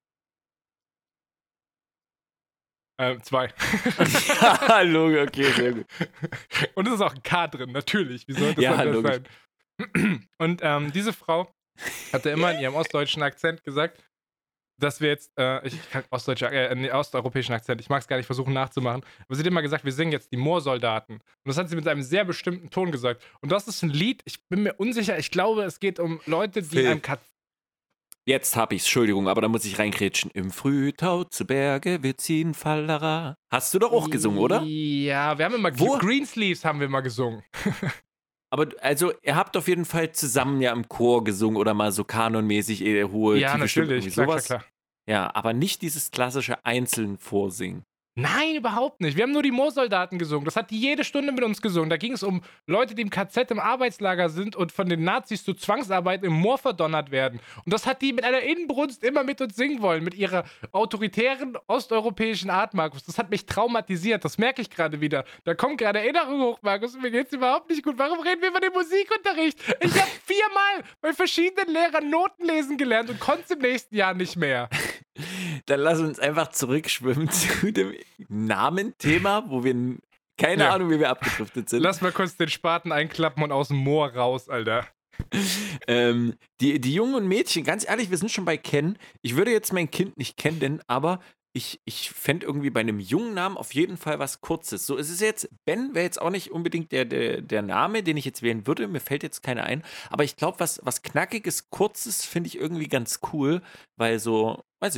S2: Äh, zwei.
S3: Ja, Logo, okay, sehr gut.
S2: Und es ist auch ein K drin, natürlich. Wie sollte das
S3: Ja,
S2: anders
S3: logisch.
S2: sein? Und ähm, diese Frau hatte immer in ihrem ostdeutschen Akzent gesagt, dass wir jetzt, äh, ich kann ostdeutsche, äh, nee, osteuropäischen Akzent, ich mag es gar nicht versuchen nachzumachen, aber sie hat immer gesagt, wir singen jetzt die Moorsoldaten. Und das hat sie mit einem sehr bestimmten Ton gesagt. Und das ist ein Lied, ich bin mir unsicher, ich glaube, es geht um Leute, die
S3: Phil.
S2: in einem Kat
S3: Jetzt hab ich's, Entschuldigung, aber da muss ich reingrätschen. Im Frühtau zu Berge, wir ziehen Fallera. Hast du doch auch gesungen, oder?
S2: Ja, wir haben immer
S3: Wo?
S2: Greensleeves haben wir mal gesungen.
S3: Aber also, ihr habt auf jeden Fall zusammen ja im Chor gesungen oder mal so kanonmäßig eh, hohe,
S2: Ja,
S3: tiefe Stimmen,
S2: natürlich,
S3: irgendwie
S2: klar, klar,
S3: sowas.
S2: klar.
S3: Ja, aber nicht dieses klassische einzeln vorsingen.
S2: Nein, überhaupt nicht. Wir haben nur die Moorsoldaten gesungen. Das hat die jede Stunde mit uns gesungen. Da ging es um Leute, die im K Z im Arbeitslager sind und von den Nazis zu Zwangsarbeit im Moor verdonnert werden. Und das hat die mit einer Inbrunst immer mit uns singen wollen, mit ihrer autoritären osteuropäischen Art, Markus. Das hat mich traumatisiert. Das merke ich gerade wieder. Da kommt gerade Erinnerung hoch, Markus. Mir geht's überhaupt nicht gut. Warum reden wir über den Musikunterricht? Ich habe viermal bei verschiedenen Lehrern Noten lesen gelernt und konnte es im nächsten Jahr nicht mehr.
S3: Dann lass uns einfach zurückschwimmen zu dem Namenthema, wo wir n- keine
S2: Ja.
S3: Ahnung, wie wir abgedriftet sind.
S2: Lass mal kurz den Spaten einklappen und aus dem Moor raus, Alter.
S3: Ähm, die, die Jungen und Mädchen, ganz ehrlich, wir sind schon bei Ken. Ich würde jetzt mein Kind nicht kennen, aber ich, ich fände irgendwie bei einem jungen Namen auf jeden Fall was Kurzes. So, es ist jetzt, Ben wäre jetzt auch nicht unbedingt der, der, der Name, den ich jetzt wählen würde. Mir fällt jetzt keiner ein. Aber ich glaube, was, was Knackiges, Kurzes finde ich irgendwie ganz cool, weil so, weiß ich nicht.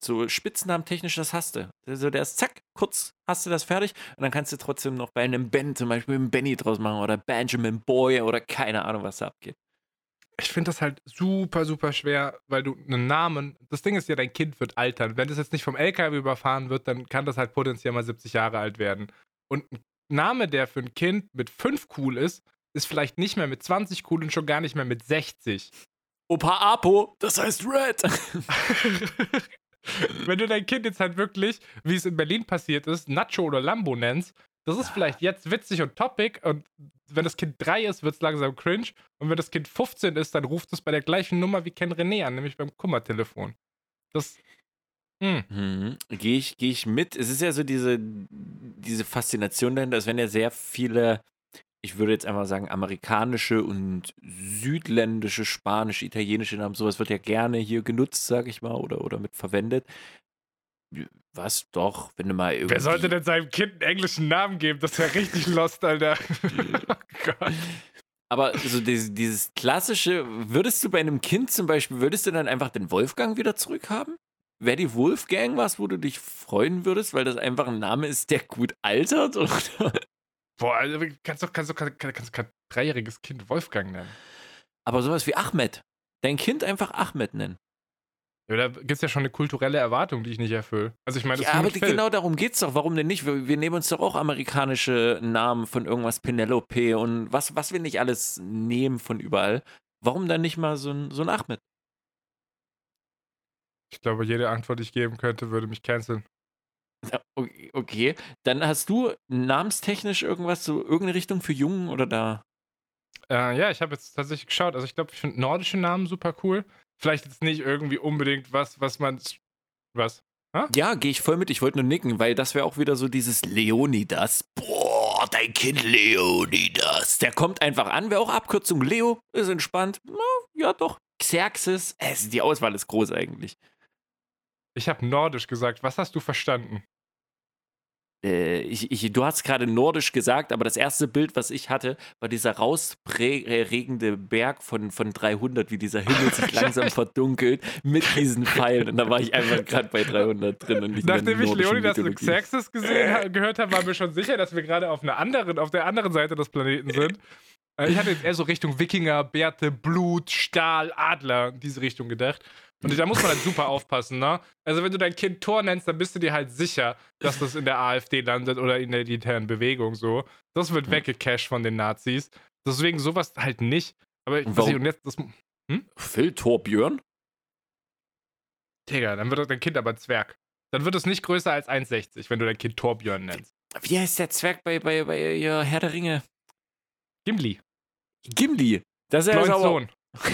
S3: So Spitznamen technisch, das hast du. Also der ist zack, kurz hast du das fertig und dann kannst du trotzdem noch bei einem Ben zum Beispiel einen Benny draus machen oder Benjamin Boy oder keine Ahnung, was da abgeht.
S2: Ich finde das halt super, super schwer, weil du einen Namen, das Ding ist ja, dein Kind wird altern. Wenn das jetzt nicht vom L K W überfahren wird, dann kann das halt potenziell mal siebzig Jahre alt werden. Und ein Name, der für ein Kind mit fünf cool ist, ist vielleicht nicht mehr mit zwanzig cool und schon gar nicht mehr mit sechzig.
S3: Opa Apo, das heißt Red.
S2: Wenn du dein Kind jetzt halt wirklich, wie es in Berlin passiert ist, Nacho oder Lambo nennst, das ist vielleicht jetzt witzig und topic und wenn das Kind drei ist, wird es langsam cringe und wenn das Kind fünfzehn ist, dann ruft es bei der gleichen Nummer wie Ken René an, nämlich beim Kummertelefon. Das, hm.
S3: Mhm. Gehe ich, geh ich mit. Es ist ja so diese, diese Faszination dahinter, dass wenn ja sehr viele, ich würde jetzt einmal sagen, amerikanische und südländische, spanische, italienische Namen, sowas wird ja gerne hier genutzt, sag ich mal, oder, oder mit verwendet. Was doch, wenn du mal irgendwie...
S2: Wer sollte denn seinem Kind einen englischen Namen geben? Das wäre richtig lost, Alter. Oh Gott.
S3: Aber so dieses, dieses klassische, würdest du bei einem Kind zum Beispiel, würdest du dann einfach den Wolfgang wieder zurückhaben? Wäre die Wolfgang was, wo du dich freuen würdest, weil das einfach ein Name ist, der gut altert? Oder?
S2: Boah, also kannst du kannst, kannst, kannst kein dreijähriges Kind Wolfgang nennen.
S3: Aber sowas wie Ahmed. Dein Kind einfach Ahmed nennen.
S2: Ja, da gibt es ja schon eine kulturelle Erwartung, die ich nicht erfülle. Also ich meine, das
S3: Ja,
S2: ist
S3: aber
S2: mit Phil.
S3: genau darum geht's doch. Warum denn nicht? Wir, wir nehmen uns doch auch amerikanische Namen von irgendwas, Penelope und was, was wir nicht alles nehmen von überall. Warum dann nicht mal so ein, so ein Ahmed?
S2: Ich glaube, jede Antwort, die ich geben könnte, würde mich canceln.
S3: Ja, okay, okay, dann hast du namenstechnisch irgendwas, so irgendeine Richtung für Jungen oder da?
S2: Äh, ja, ich habe jetzt tatsächlich geschaut. Also ich glaube, ich finde nordische Namen super cool. Vielleicht jetzt nicht irgendwie unbedingt was, was man... Was? Ha?
S3: Ja, gehe ich voll mit. Ich wollte nur nicken, weil das wäre auch wieder so dieses Leonidas. Boah, dein Kind Leonidas. Der kommt einfach an, wäre auch Abkürzung Leo, ist entspannt. Na, ja, doch. Xerxes, äh, die Auswahl ist groß eigentlich.
S2: Ich habe nordisch gesagt. Was hast du verstanden?
S3: Äh, ich, ich, du hast gerade nordisch gesagt, aber das erste Bild, was ich hatte, war dieser rausregende Berg von, von dreihundert, wie dieser Himmel sich langsam verdunkelt mit diesen Pfeilen. Und da war ich einfach gerade bei dreihundert drin. Und nicht
S2: Nachdem ich Leonidas und
S3: Mythologie.
S2: Xerxes gesehen, gehört habe, war mir schon sicher, dass wir gerade auf einer anderen, auf der anderen Seite des Planeten sind. Äh, Ich hatte jetzt eher so Richtung Wikinger, Bärte, Blut, Stahl, Adler, in diese Richtung gedacht. Und da muss man halt super aufpassen, ne? Also wenn du dein Kind Thor nennst, dann bist du dir halt sicher, dass das in der AfD landet oder in der elitären Bewegung so. Das wird weggecasht von den Nazis. Deswegen sowas halt nicht. Aber ich,
S3: Und
S2: was ich,
S3: warum-
S2: und jetzt, das,
S3: Phil Torbjörn?
S2: Digga, dann wird dein Kind aber ein Zwerg. Dann wird es nicht größer als eins Komma sechzig, wenn du dein Kind Torbjörn nennst.
S3: Wie heißt der Zwerg bei, bei, bei ja, Herr der Ringe?
S2: Gimli,
S3: Gimli. Das ist ja
S2: Bloins
S3: aber...
S2: Sohn.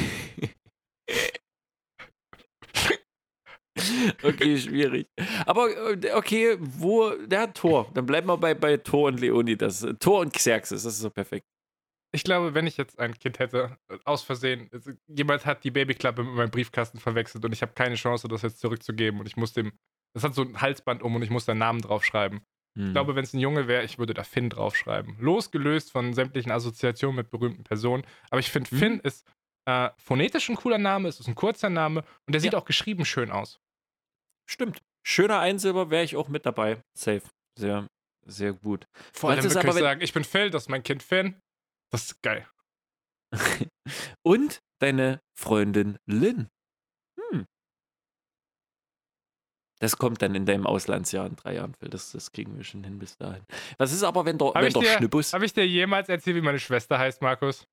S3: Okay, schwierig. Aber äh, okay, wo, der Thor. Dann bleiben wir bei, bei Thor und Leonidas. Thor und Xerxes, das ist so perfekt.
S2: Ich glaube, wenn ich jetzt ein Kind hätte, äh, aus Versehen, also jemand hat die Babyklappe mit meinem Briefkasten verwechselt und ich habe keine Chance, das jetzt zurückzugeben und ich muss dem, das hat so ein Halsband um und ich muss seinen Namen draufschreiben.
S3: Hm.
S2: Ich glaube, wenn es ein Junge wäre, ich würde da Finn draufschreiben. Losgelöst von sämtlichen Assoziationen mit berühmten Personen. Aber ich finde,
S3: Mhm.
S2: Finn ist äh, phonetisch ein cooler Name, es ist ein kurzer Name und der sieht
S3: Ja.
S2: auch geschrieben schön aus.
S3: Stimmt. Schöner Einsilber wäre ich auch mit dabei. Safe. Sehr, sehr gut.
S2: Vor
S3: Was
S2: allem
S3: ist
S2: wirklich
S3: aber, wenn-
S2: sagen, ich bin Phil, das ist mein Kind Finn. Das ist geil.
S3: Und deine Freundin Lynn. Hm. Das kommt dann in deinem Auslandsjahr in drei Jahren, Phil. Das, das kriegen wir schon hin bis dahin. Was ist aber, wenn der,
S2: Habe
S3: wenn
S2: ich,
S3: der
S2: dir-
S3: Schnippus...
S2: hab ich dir jemals erzählt, wie meine Schwester heißt, Markus?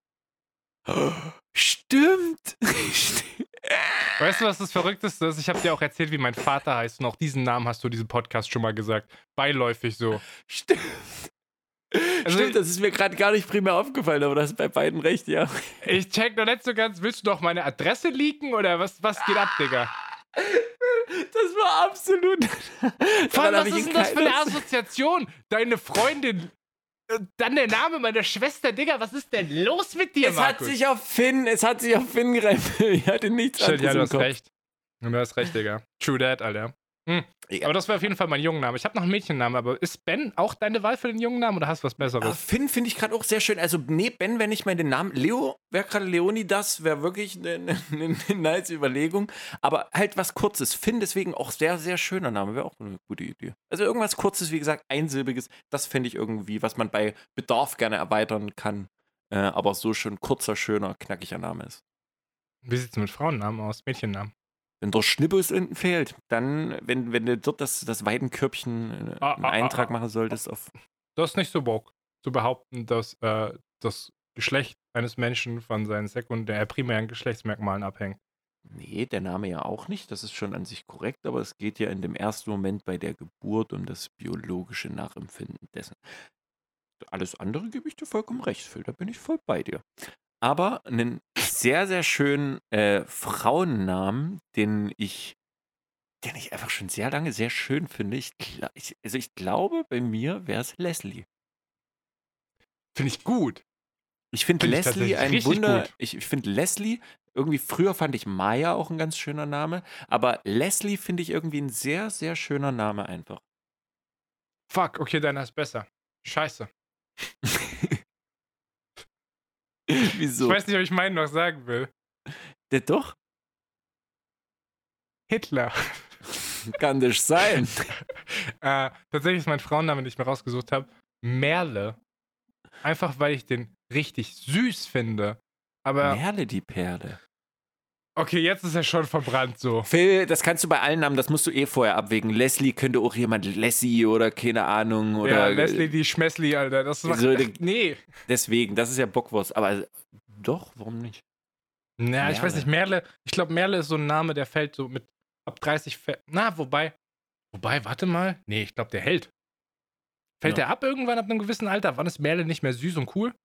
S3: Stimmt.
S2: Weißt du, was das Verrückteste ist? Ich habe dir auch erzählt, wie mein Vater heißt und auch diesen Namen hast du in diesem Podcast schon mal gesagt. Beiläufig so.
S3: Stimmt.
S2: Also-
S3: Stimmt, das ist mir gerade gar nicht primär aufgefallen, aber das ist bei beiden recht, ja.
S2: Ich check noch nicht so ganz, willst du noch meine Adresse leaken oder was, was geht ab, Digga?
S3: Das war absolut.
S2: Vor allem,
S3: Daran hab
S2: was
S3: ich
S2: ist
S3: in
S2: denn das für eine
S3: keiner-
S2: Assoziation? Deine Freundin, äh, dann der Name meiner Schwester, Digga, was ist denn los mit dir,
S3: Es hat
S2: Markus?
S3: sich auf Finn, es hat sich auf Finn gereift. Ich hatte nichts
S2: Shit, ja,
S3: anderes
S2: du
S3: im
S2: hast
S3: Kopf.
S2: recht. Du hast recht, Digga. True that, Alter. Hm.
S3: Ja.
S2: Aber das wäre auf jeden Fall mein Jungenname. Ich habe noch einen Mädchennamen, aber ist Ben auch deine Wahl für den Jungnamen oder hast du was
S3: Ah,
S2: Besseres?
S3: Finn finde ich gerade auch sehr schön. Also, nee, Ben wäre nicht mal den Namen. Leo wäre gerade Leonidas, wäre wirklich eine ne, ne, ne nice Überlegung. Aber halt was Kurzes. Finn deswegen auch sehr, sehr schöner Name. Wäre auch eine gute Idee. Also irgendwas Kurzes, wie gesagt, einsilbiges. Das fände ich irgendwie, was man bei Bedarf gerne erweitern kann. Äh, aber so schon kurzer, schöner, knackiger Name ist.
S2: Wie sieht es mit Frauennamen aus? Mädchennamen?
S3: Wenn der Schnippus unten fehlt, dann, wenn, wenn du dort das, das Weidenkörbchen äh,
S2: Ah,
S3: einen
S2: ah,
S3: Eintrag
S2: ah,
S3: machen solltest auf.
S2: Das ist nicht so woke, zu behaupten, dass äh, das Geschlecht eines Menschen von seinen sekundär, äh, primären Geschlechtsmerkmalen abhängt.
S3: Nee, der Name ja auch nicht. Das ist schon an sich korrekt, aber es geht ja in dem ersten Moment bei der Geburt um das biologische Nachempfinden dessen. Alles andere gebe ich dir vollkommen recht, Phil. Da bin ich voll bei dir. Aber einen sehr, sehr schönen äh, Frauennamen, den ich, den ich einfach schon sehr lange sehr schön finde. Ich, gla- ich, also ich glaube, bei mir wäre es Leslie.
S2: Finde ich gut.
S3: Ich finde
S2: Finde ich
S3: Leslie
S2: tatsächlich
S3: ein
S2: richtig
S3: Wunder.
S2: gut.
S3: Ich, ich finde Leslie, irgendwie früher fand ich Maya auch ein ganz schöner Name, aber Leslie finde ich irgendwie ein sehr, sehr schöner Name einfach.
S2: Fuck, okay, deiner ist besser. Scheiße. Ich
S3: Wieso?
S2: weiß nicht, ob ich meinen noch sagen will.
S3: Der doch?
S2: Hitler.
S3: Kann das sein.
S2: äh, tatsächlich ist mein Frauenname, den ich mir rausgesucht habe, Merle. Einfach, weil ich den richtig süß finde. Aber,
S3: Merle die Perle.
S2: okay, jetzt ist er schon verbrannt so.
S3: Phil, das kannst du bei allen Namen, das musst du eh vorher abwägen. Leslie könnte auch jemand Lassie oder keine Ahnung
S2: Ja,
S3: oder.
S2: Leslie die Schmessli, Alter. Das macht,
S3: so, die-
S2: nee.
S3: Deswegen, das ist ja Bockwurst. Aber doch, warum nicht?
S2: Na, ich weiß
S3: Merle.
S2: nicht, Merle, ich glaube, Merle ist so ein Name, der fällt so mit ab dreißig, fä- na, wobei, wobei, warte mal, nee, ich glaube, der hält. Fällt
S3: Ja.
S2: der ab irgendwann ab einem gewissen Alter? Wann ist Merle nicht mehr süß und cool?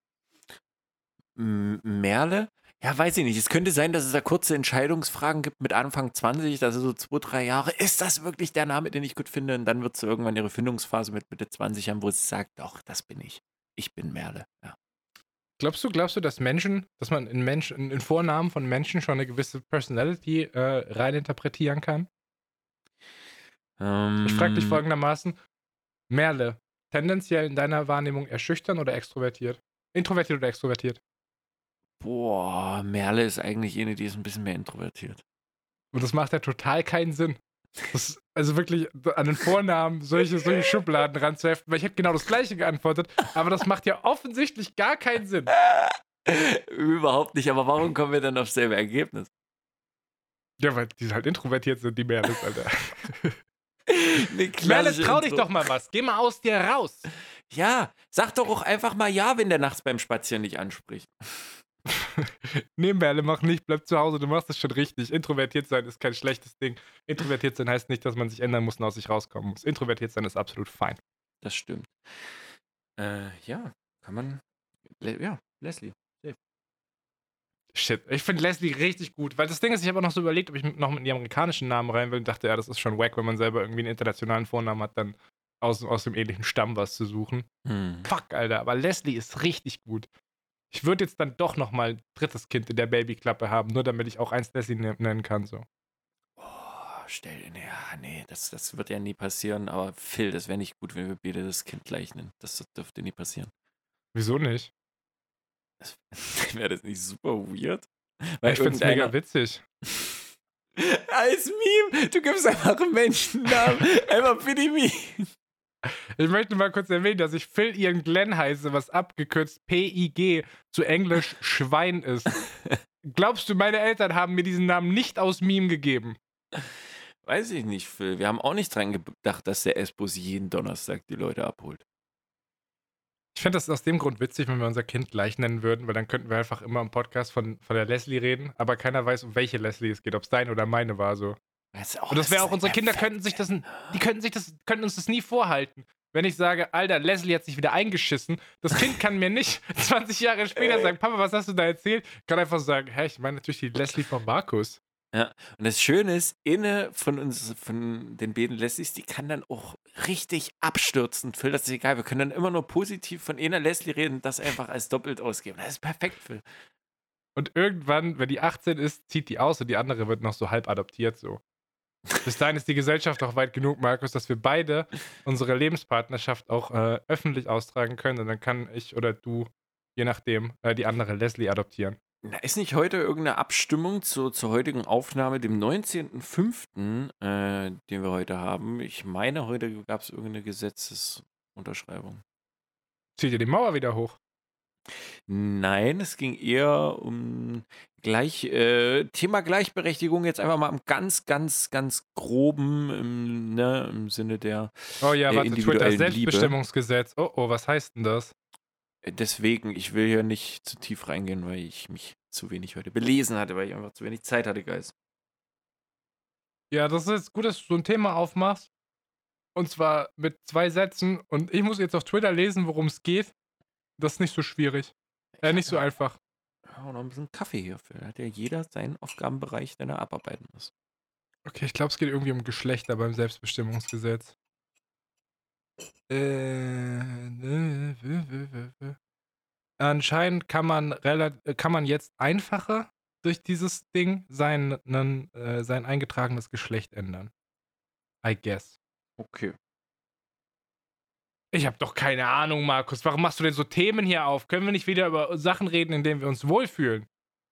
S3: M- Merle? Ja, weiß ich nicht. Es könnte sein, dass es da kurze Entscheidungsfragen gibt mit Anfang zwanzig, also so zwei, drei Jahre. Ist das wirklich der Name, den ich gut finde? Und dann wird sie irgendwann ihre Findungsphase mit Mitte zwanzig haben, wo sie sagt, doch, das bin ich. Ich bin Merle. Ja.
S2: Glaubst du, glaubst du, dass Menschen, dass man in Menschen, in Vornamen von Menschen schon eine gewisse Personality äh, reininterpretieren kann?
S3: Ähm,
S2: Ich frage dich folgendermaßen: Merle, tendenziell in deiner Wahrnehmung eher schüchtern oder extrovertiert? Introvertiert oder extrovertiert?
S3: Boah, Merle ist eigentlich eine, die ist ein bisschen mehr introvertiert.
S2: Und das macht ja total keinen Sinn. Das, also wirklich an den Vornamen solche, solche Schubladen ranzuheften, weil ich hätte genau das gleiche geantwortet, aber das macht ja offensichtlich gar keinen Sinn.
S3: Überhaupt nicht, aber warum kommen wir dann aufs selbe Ergebnis?
S2: Ja, weil die halt introvertiert sind, die Merles, Alter.
S3: Eine
S2: Merle,
S3: klassische
S2: trau dich
S3: Intro-
S2: doch mal was. Geh mal aus dir raus.
S3: Ja, sag doch auch einfach mal ja, wenn der nachts beim Spazieren nicht anspricht.
S2: Nee, Merle, mach nicht, bleib zu Hause, du machst das schon richtig. Introvertiert sein ist kein schlechtes Ding. Introvertiert sein heißt nicht, dass man sich ändern muss und aus sich rauskommen muss. Introvertiert sein ist absolut fein.
S3: Das stimmt. Äh, ja, kann man. Le ja, Leslie.
S2: Shit, ich finde Leslie richtig gut, weil das Ding ist, ich habe auch noch so überlegt, ob ich noch mit ihrem amerikanischen Namen rein will und dachte, ja, das ist schon wack, wenn man selber irgendwie einen internationalen Vornamen hat, dann aus, aus dem ähnlichen Stamm was zu suchen.
S3: Hm.
S2: Fuck, Alter, aber Leslie ist richtig gut. Ich würde jetzt dann doch noch mal ein drittes Kind in der Babyklappe haben, nur damit ich auch eins Leslie ne- nennen kann, so.
S3: Oh, stell dir, ja, nee, das, das wird ja nie passieren, aber Phil, das wäre nicht gut, wenn wir beide das Kind gleich nennen. Das dürfte nie passieren.
S2: Wieso nicht?
S3: Wäre das nicht super weird?
S2: Ich find's mega witzig.
S3: Als Meme, du gibst einfach einen Menschennamen, einfach für die Meme.
S2: Ich möchte mal kurz erwähnen, dass ich Phil Ian Glenn heiße, was abgekürzt P I G zu Englisch Schwein ist. Glaubst du, meine Eltern haben mir diesen Namen nicht aus Meme gegeben?
S3: Weiß ich nicht, Phil. Wir haben auch nicht dran gedacht, dass der S-Bus jeden Donnerstag die Leute abholt.
S2: Ich finde das aus dem Grund witzig, wenn wir unser Kind gleich nennen würden, weil dann könnten wir einfach immer im Podcast von, von der Leslie reden, aber keiner weiß, um welche Leslie es geht, ob es deine oder meine war so.
S3: Weißt du, oh,
S2: Und das wäre
S3: ist
S2: auch, unsere Kinder
S3: perfekt.
S2: könnten sich das, die könnten sich das, könnten uns das nie vorhalten. Wenn ich sage, Alter, Leslie hat sich wieder eingeschissen, das Kind kann mir nicht zwanzig Jahre später sagen, Papa, was hast du da erzählt? Ich kann einfach sagen, hä, ich meine natürlich die Leslie von Markus.
S3: Ja, und das Schöne ist, eine von uns, von den beiden Leslies, die kann dann auch richtig abstürzen. Phil, das ist egal. Wir können dann immer nur positiv von einer Leslie reden und das einfach als doppelt ausgeben. Das ist perfekt, Phil.
S2: Und irgendwann, wenn die achtzehn ist, zieht die aus und die andere wird noch so halb adoptiert so. Bis dahin ist die Gesellschaft auch weit genug, Markus, dass wir beide unsere Lebenspartnerschaft auch äh, öffentlich austragen können. Und dann kann ich oder du, je nachdem, äh, die andere Leslie adoptieren.
S3: Na, ist nicht heute irgendeine Abstimmung zu, zur heutigen Aufnahme, dem neunzehnten fünften, äh, den wir heute haben? Ich meine, heute gab es irgendeine Gesetzesunterschreibung.
S2: Zieht ihr die Mauer wieder hoch?
S3: Nein, es ging eher um gleich, äh, Thema Gleichberechtigung, jetzt einfach mal im ganz, ganz, ganz groben, im, ne, im Sinne der
S2: Oh ja,
S3: äh,
S2: warte, Twitter,
S3: individuellen Liebe.
S2: Selbstbestimmungsgesetz. Oh, oh, was heißt denn das?
S3: Äh, Deswegen, ich will hier nicht zu tief reingehen, weil ich mich zu wenig heute belesen hatte, weil ich einfach zu wenig Zeit hatte, Guys.
S2: Ja, das ist gut, dass du so ein Thema aufmachst. Und zwar mit zwei Sätzen. Und ich muss jetzt auf Twitter lesen, worum es geht. Das ist nicht so schwierig. Äh, nicht so einfach.
S3: Auch noch ein bisschen Kaffee hierfür. Da hat ja jeder seinen Aufgabenbereich, den er abarbeiten muss.
S2: Okay, ich glaube, es geht irgendwie um Geschlechter beim Selbstbestimmungsgesetz. Äh, ne, w- w- w- w- Anscheinend kann man, rela- äh, kann man jetzt einfacher durch dieses Ding sein, nen, äh, sein eingetragenes Geschlecht ändern. I guess.
S3: Okay.
S2: Ich habe doch keine Ahnung, Markus. Warum machst du denn so Themen hier auf? Können wir nicht wieder über Sachen reden, in denen wir uns wohlfühlen?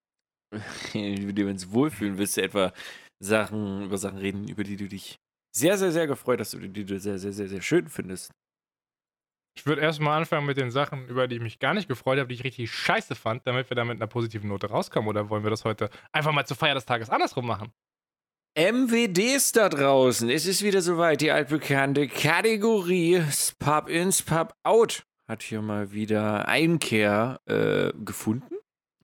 S3: Mit dem wir uns wohlfühlen, willst du etwa Sachen, über Sachen reden, über die du dich sehr, sehr, sehr gefreut hast oder die du sehr, sehr, sehr, sehr schön findest.
S2: Ich würde erstmal anfangen mit den Sachen, über die ich mich gar nicht gefreut habe, die ich richtig scheiße fand, damit wir da mit einer positiven Note rauskommen. Oder wollen wir das heute einfach mal zur Feier des Tages andersrum machen?
S3: M W Ds da draußen. Es ist wieder soweit. Die altbekannte Kategorie Spub in, Spub out hat hier mal wieder Einkehr äh, gefunden.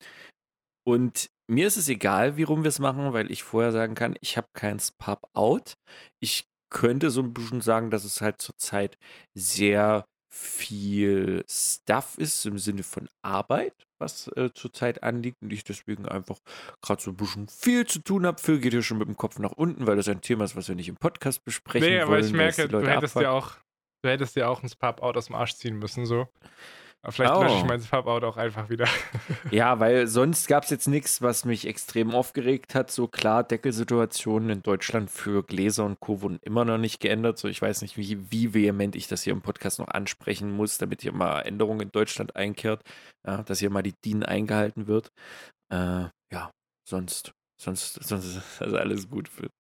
S3: Und mir ist es egal, wie rum wir es machen, weil ich vorher sagen kann, ich habe kein Spub out. Ich könnte so ein bisschen sagen, dass es halt zurzeit sehr viel Stuff ist im Sinne von Arbeit, was äh, zurzeit anliegt und ich deswegen einfach gerade so ein bisschen viel zu tun habe. Phil geht hier schon mit dem Kopf nach unten, weil das ein Thema ist, was wir nicht im Podcast besprechen
S2: Nee, aber
S3: wollen.
S2: ich
S3: weil es die
S2: merke, du
S3: Leute
S2: hättest
S3: abfuckt.
S2: dir auch, du hättest dir auch ein Spub-Out aus dem Arsch ziehen müssen, so. Aber vielleicht
S3: Oh.
S2: lösche ich mein Spub-Out auch einfach wieder.
S3: Ja, weil sonst gab es jetzt nichts, was mich extrem aufgeregt hat. So klar, Deckelsituationen in Deutschland für Gläser und Co. wurden immer noch nicht geändert. So, ich weiß nicht, wie, wie vehement ich das hier im Podcast noch ansprechen muss, damit hier mal Änderungen in Deutschland einkehrt, ja, dass hier mal die D I N eingehalten wird. Äh, ja, sonst, sonst, sonst ist das alles gut. Für.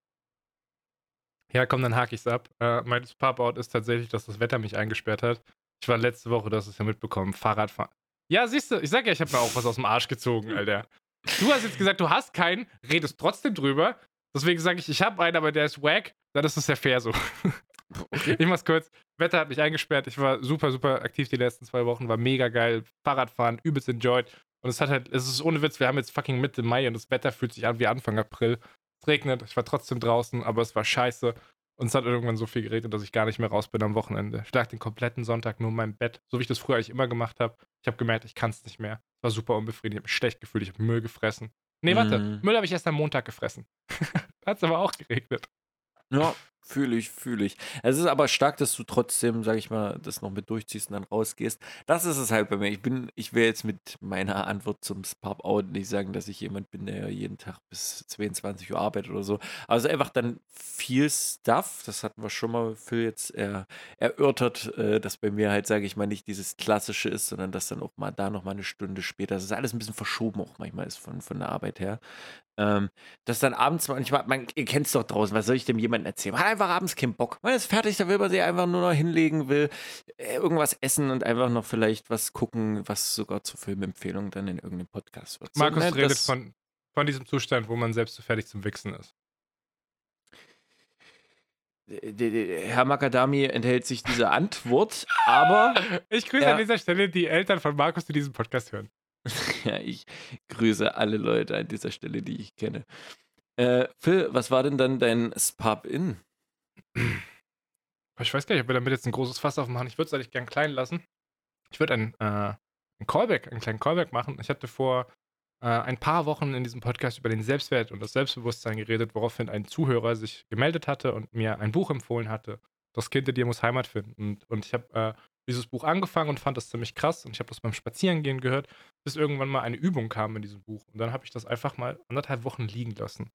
S2: Ja, komm, dann hake ich's ab. Äh, mein Spub-Out ist tatsächlich, dass das Wetter mich eingesperrt hat. Ich war letzte Woche, du hast es ja mitbekommen, Fahrradfahren. Ja, siehst du, ich sag ja, ich habe mir auch was aus dem Arsch gezogen, Alter. Du hast jetzt gesagt, du hast keinen, redest trotzdem drüber. Deswegen sage ich, ich habe einen, aber der ist wack. Dann ist es ja fair so.
S3: Okay.
S2: Ich mach's kurz. Wetter hat mich eingesperrt. Ich war super, super aktiv die letzten zwei Wochen. War mega geil. Fahrradfahren, übelst enjoyed. Und es hat halt, es ist ohne Witz, wir haben jetzt fucking Mitte Mai und das Wetter fühlt sich an wie Anfang April. Es regnet, ich war trotzdem draußen, aber es war scheiße. Und es hat irgendwann so viel geregnet, dass ich gar nicht mehr raus bin am Wochenende. Ich lag den kompletten Sonntag nur in meinem Bett, so wie ich das früher eigentlich immer gemacht habe. Ich habe gemerkt, ich kann es nicht mehr. Es war super unbefriedigend, ich habe mich schlecht gefühlt, ich habe Müll gefressen. Nee, warte,
S3: Mm.
S2: Müll habe ich erst am Montag gefressen. Da hat es aber auch geregnet.
S3: Ja, fühle ich, fühle ich. Es ist aber stark, dass du trotzdem, sag ich mal, das noch mit durchziehst und dann rausgehst. Das ist es halt bei mir. Ich bin, ich will jetzt mit meiner Antwort zum Spub-Out nicht sagen, dass ich jemand bin, der jeden Tag bis zweiundzwanzig Uhr arbeitet oder so. Also einfach dann viel Stuff. Das hatten wir schon mal Phil jetzt er, erörtert, äh, dass bei mir halt, sage ich mal, nicht dieses Klassische ist, sondern dass dann auch mal da noch mal eine Stunde später, das ist alles ein bisschen verschoben auch manchmal ist von, von der Arbeit her. Ähm, dass dann abends manchmal, man, ihr kennt es doch draußen, was soll ich dem jemandem erzählen? Man hat einfach abends keinen Bock. Man ist fertig, da will man sich einfach nur noch hinlegen, will äh, irgendwas essen und einfach noch vielleicht was gucken, was sogar zur Filmempfehlung dann in irgendeinem Podcast wird. So,
S2: Markus
S3: ne,
S2: redet
S3: das-
S2: von, von diesem Zustand, wo man selbst zu fertig zum Wichsen ist.
S3: D- d- d- Herr Makadami enthält sich diese Antwort, aber
S2: Ich grüße
S3: Ja.
S2: an dieser Stelle die Eltern von Markus, die diesen Podcast hören.
S3: ja, ich grüße alle Leute an dieser Stelle, die ich kenne. Äh, Phil, was war denn dann dein Spub-In?
S2: Ich weiß gar nicht, ob wir damit jetzt ein großes Fass aufmachen. Ich würde es eigentlich gern klein lassen. Ich würde einen, äh, einen Callback, einen kleinen Callback machen. Ich hatte vor äh, ein paar Wochen in diesem Podcast über den Selbstwert und das Selbstbewusstsein geredet, woraufhin ein Zuhörer sich gemeldet hatte und mir ein Buch empfohlen hatte. Das Kind in dir muss Heimat finden. Und, und ich habe äh, dieses Buch angefangen und fand das ziemlich krass. Und ich habe das beim Spazierengehen gehört, bis irgendwann mal eine Übung kam in diesem Buch. Und dann habe ich das einfach mal anderthalb Wochen liegen lassen.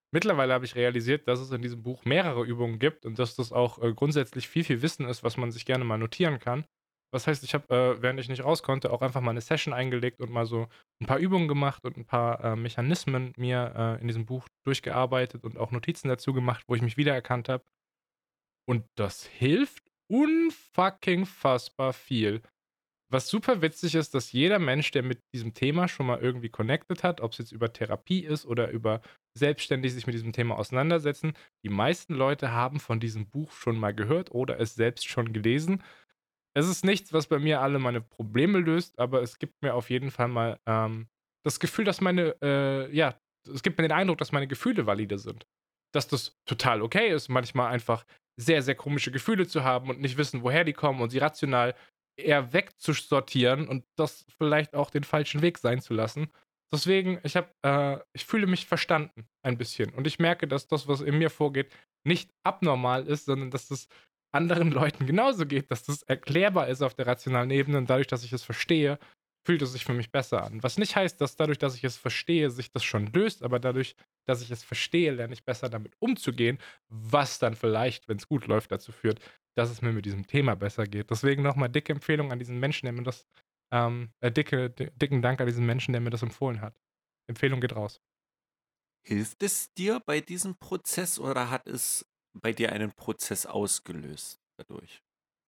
S2: Mittlerweile habe ich realisiert, dass es in diesem Buch mehrere Übungen gibt und dass das auch äh, grundsätzlich viel, viel Wissen ist, was man sich gerne mal notieren kann. Was heißt, ich habe, äh, während ich nicht raus konnte, auch einfach mal eine Session eingelegt und mal so ein paar Übungen gemacht und ein paar äh, Mechanismen mir äh, in diesem Buch durchgearbeitet und auch Notizen dazu gemacht, wo ich mich wiedererkannt habe. Und das hilft unfucking fassbar viel. Was super witzig ist, dass jeder Mensch, der mit diesem Thema schon mal irgendwie connected hat, ob es jetzt über Therapie ist oder über selbstständig sich mit diesem Thema auseinandersetzen, die meisten Leute haben von diesem Buch schon mal gehört oder es selbst schon gelesen. Es ist nichts, was bei mir alle meine Probleme löst, aber es gibt mir auf jeden Fall mal ähm, das Gefühl, dass meine, äh, ja, es gibt mir den Eindruck, dass meine Gefühle valide sind. Dass das total okay ist, manchmal einfach sehr, sehr komische Gefühle zu haben und nicht wissen, woher die kommen und sie rational eher wegzusortieren und das vielleicht auch den falschen Weg sein zu lassen. Deswegen, ich habe, äh, ich fühle mich verstanden ein bisschen und ich merke, dass das, was in mir vorgeht, nicht abnormal ist, sondern dass das anderen Leuten genauso geht, dass das erklärbar ist auf der rationalen Ebene und dadurch, dass ich es verstehe, fühlt es sich für mich besser an. Was nicht heißt, dass dadurch, dass ich es verstehe, sich das schon löst, aber dadurch, dass ich es verstehe, lerne ich besser damit umzugehen, was dann vielleicht, wenn es gut läuft, dazu führt, dass es mir mit diesem Thema besser geht. Deswegen nochmal dicke Empfehlung an diesen Menschen, der mir das, ähm, äh, dicke, di dicken Dank an diesen Menschen, der mir das empfohlen hat. Empfehlung geht raus.
S3: Hilft es dir bei diesem Prozess oder hat es bei dir einen Prozess ausgelöst dadurch?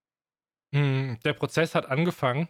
S2: Hm, der Prozess hat angefangen,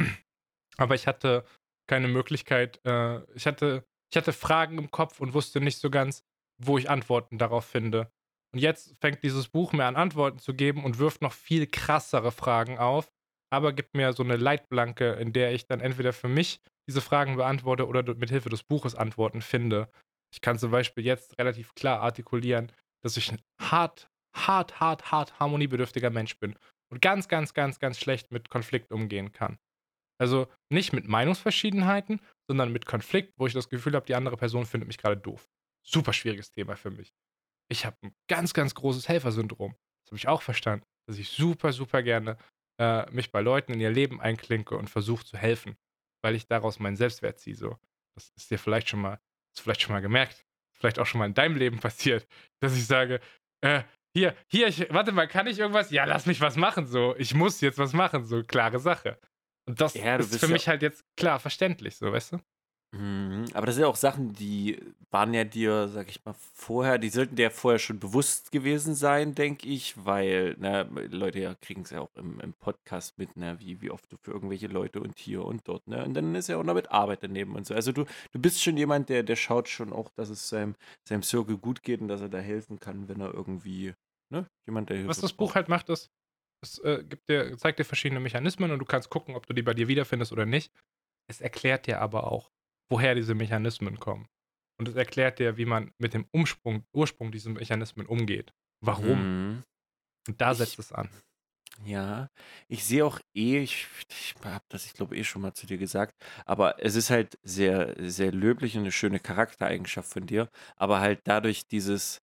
S2: aber ich hatte keine Möglichkeit, äh, ich hatte ich hatte Fragen im Kopf und wusste nicht so ganz, wo ich Antworten darauf finde. Und jetzt fängt dieses Buch mir an, Antworten zu geben und wirft noch viel krassere Fragen auf, aber gibt mir so eine Leitplanke, in der ich dann entweder für mich diese Fragen beantworte oder d mit Hilfe des Buches Antworten finde. Ich kann zum Beispiel jetzt relativ klar artikulieren, dass ich 'n hart, hart, hart, hart harmoniebedürftiger Mensch bin und ganz, ganz, ganz, ganz schlecht mit Konflikt umgehen kann. Also, nicht mit Meinungsverschiedenheiten, sondern mit Konflikt, wo ich das Gefühl habe, die andere Person findet mich gerade doof. Super schwieriges Thema für mich. Ich habe ein ganz, ganz großes Helfersyndrom. Das habe ich auch verstanden, dass ich super, super gerne, äh, mich bei Leuten in ihr Leben einklinke und versuche zu helfen, weil ich daraus meinen Selbstwert ziehe so. Das ist dir vielleicht schon mal hast du vielleicht schon mal gemerkt, vielleicht auch schon mal in deinem Leben passiert, dass ich sage: „Äh, hier hier, ich warte mal, kann ich irgendwas? Ja, lass mich was machen so. Ich muss jetzt was machen, so, klare Sache.“ Und das
S3: Ja, du
S2: ist für
S3: bist ja
S2: mich halt jetzt klar verständlich so, weißt du?
S3: Mhm, aber das sind ja auch Sachen, die waren ja dir, sag ich mal, vorher, die sollten dir ja vorher schon bewusst gewesen sein, denke ich, weil, ne, Leute ja kriegen es ja auch im, im Podcast mit, ne, wie, wie oft du für irgendwelche Leute und hier und dort, ne? Und dann ist ja auch noch mit Arbeit daneben und so. Also du, du bist schon jemand, der, der schaut schon auch, dass es seinem, seinem Circle gut geht und dass er da helfen kann, wenn er irgendwie, ne, jemand, der
S2: Was
S3: Hilfe
S2: das Buch
S3: braucht.
S2: halt macht, ist, es, äh, gibt dir zeigt dir verschiedene Mechanismen und du kannst gucken, ob du die bei dir wiederfindest oder nicht. Es erklärt dir aber auch, woher diese Mechanismen kommen. Und es erklärt dir, wie man mit dem Umsprung Ursprung dieser Mechanismen umgeht. Warum?
S3: Mhm.
S2: Und da
S3: Ich,
S2: setzt es an.
S3: Ja, ich sehe auch eh, ich, ich habe das, ich glaube, eh schon mal zu dir gesagt, aber es ist halt sehr, sehr löblich und eine schöne Charaktereigenschaft von dir, aber halt dadurch dieses,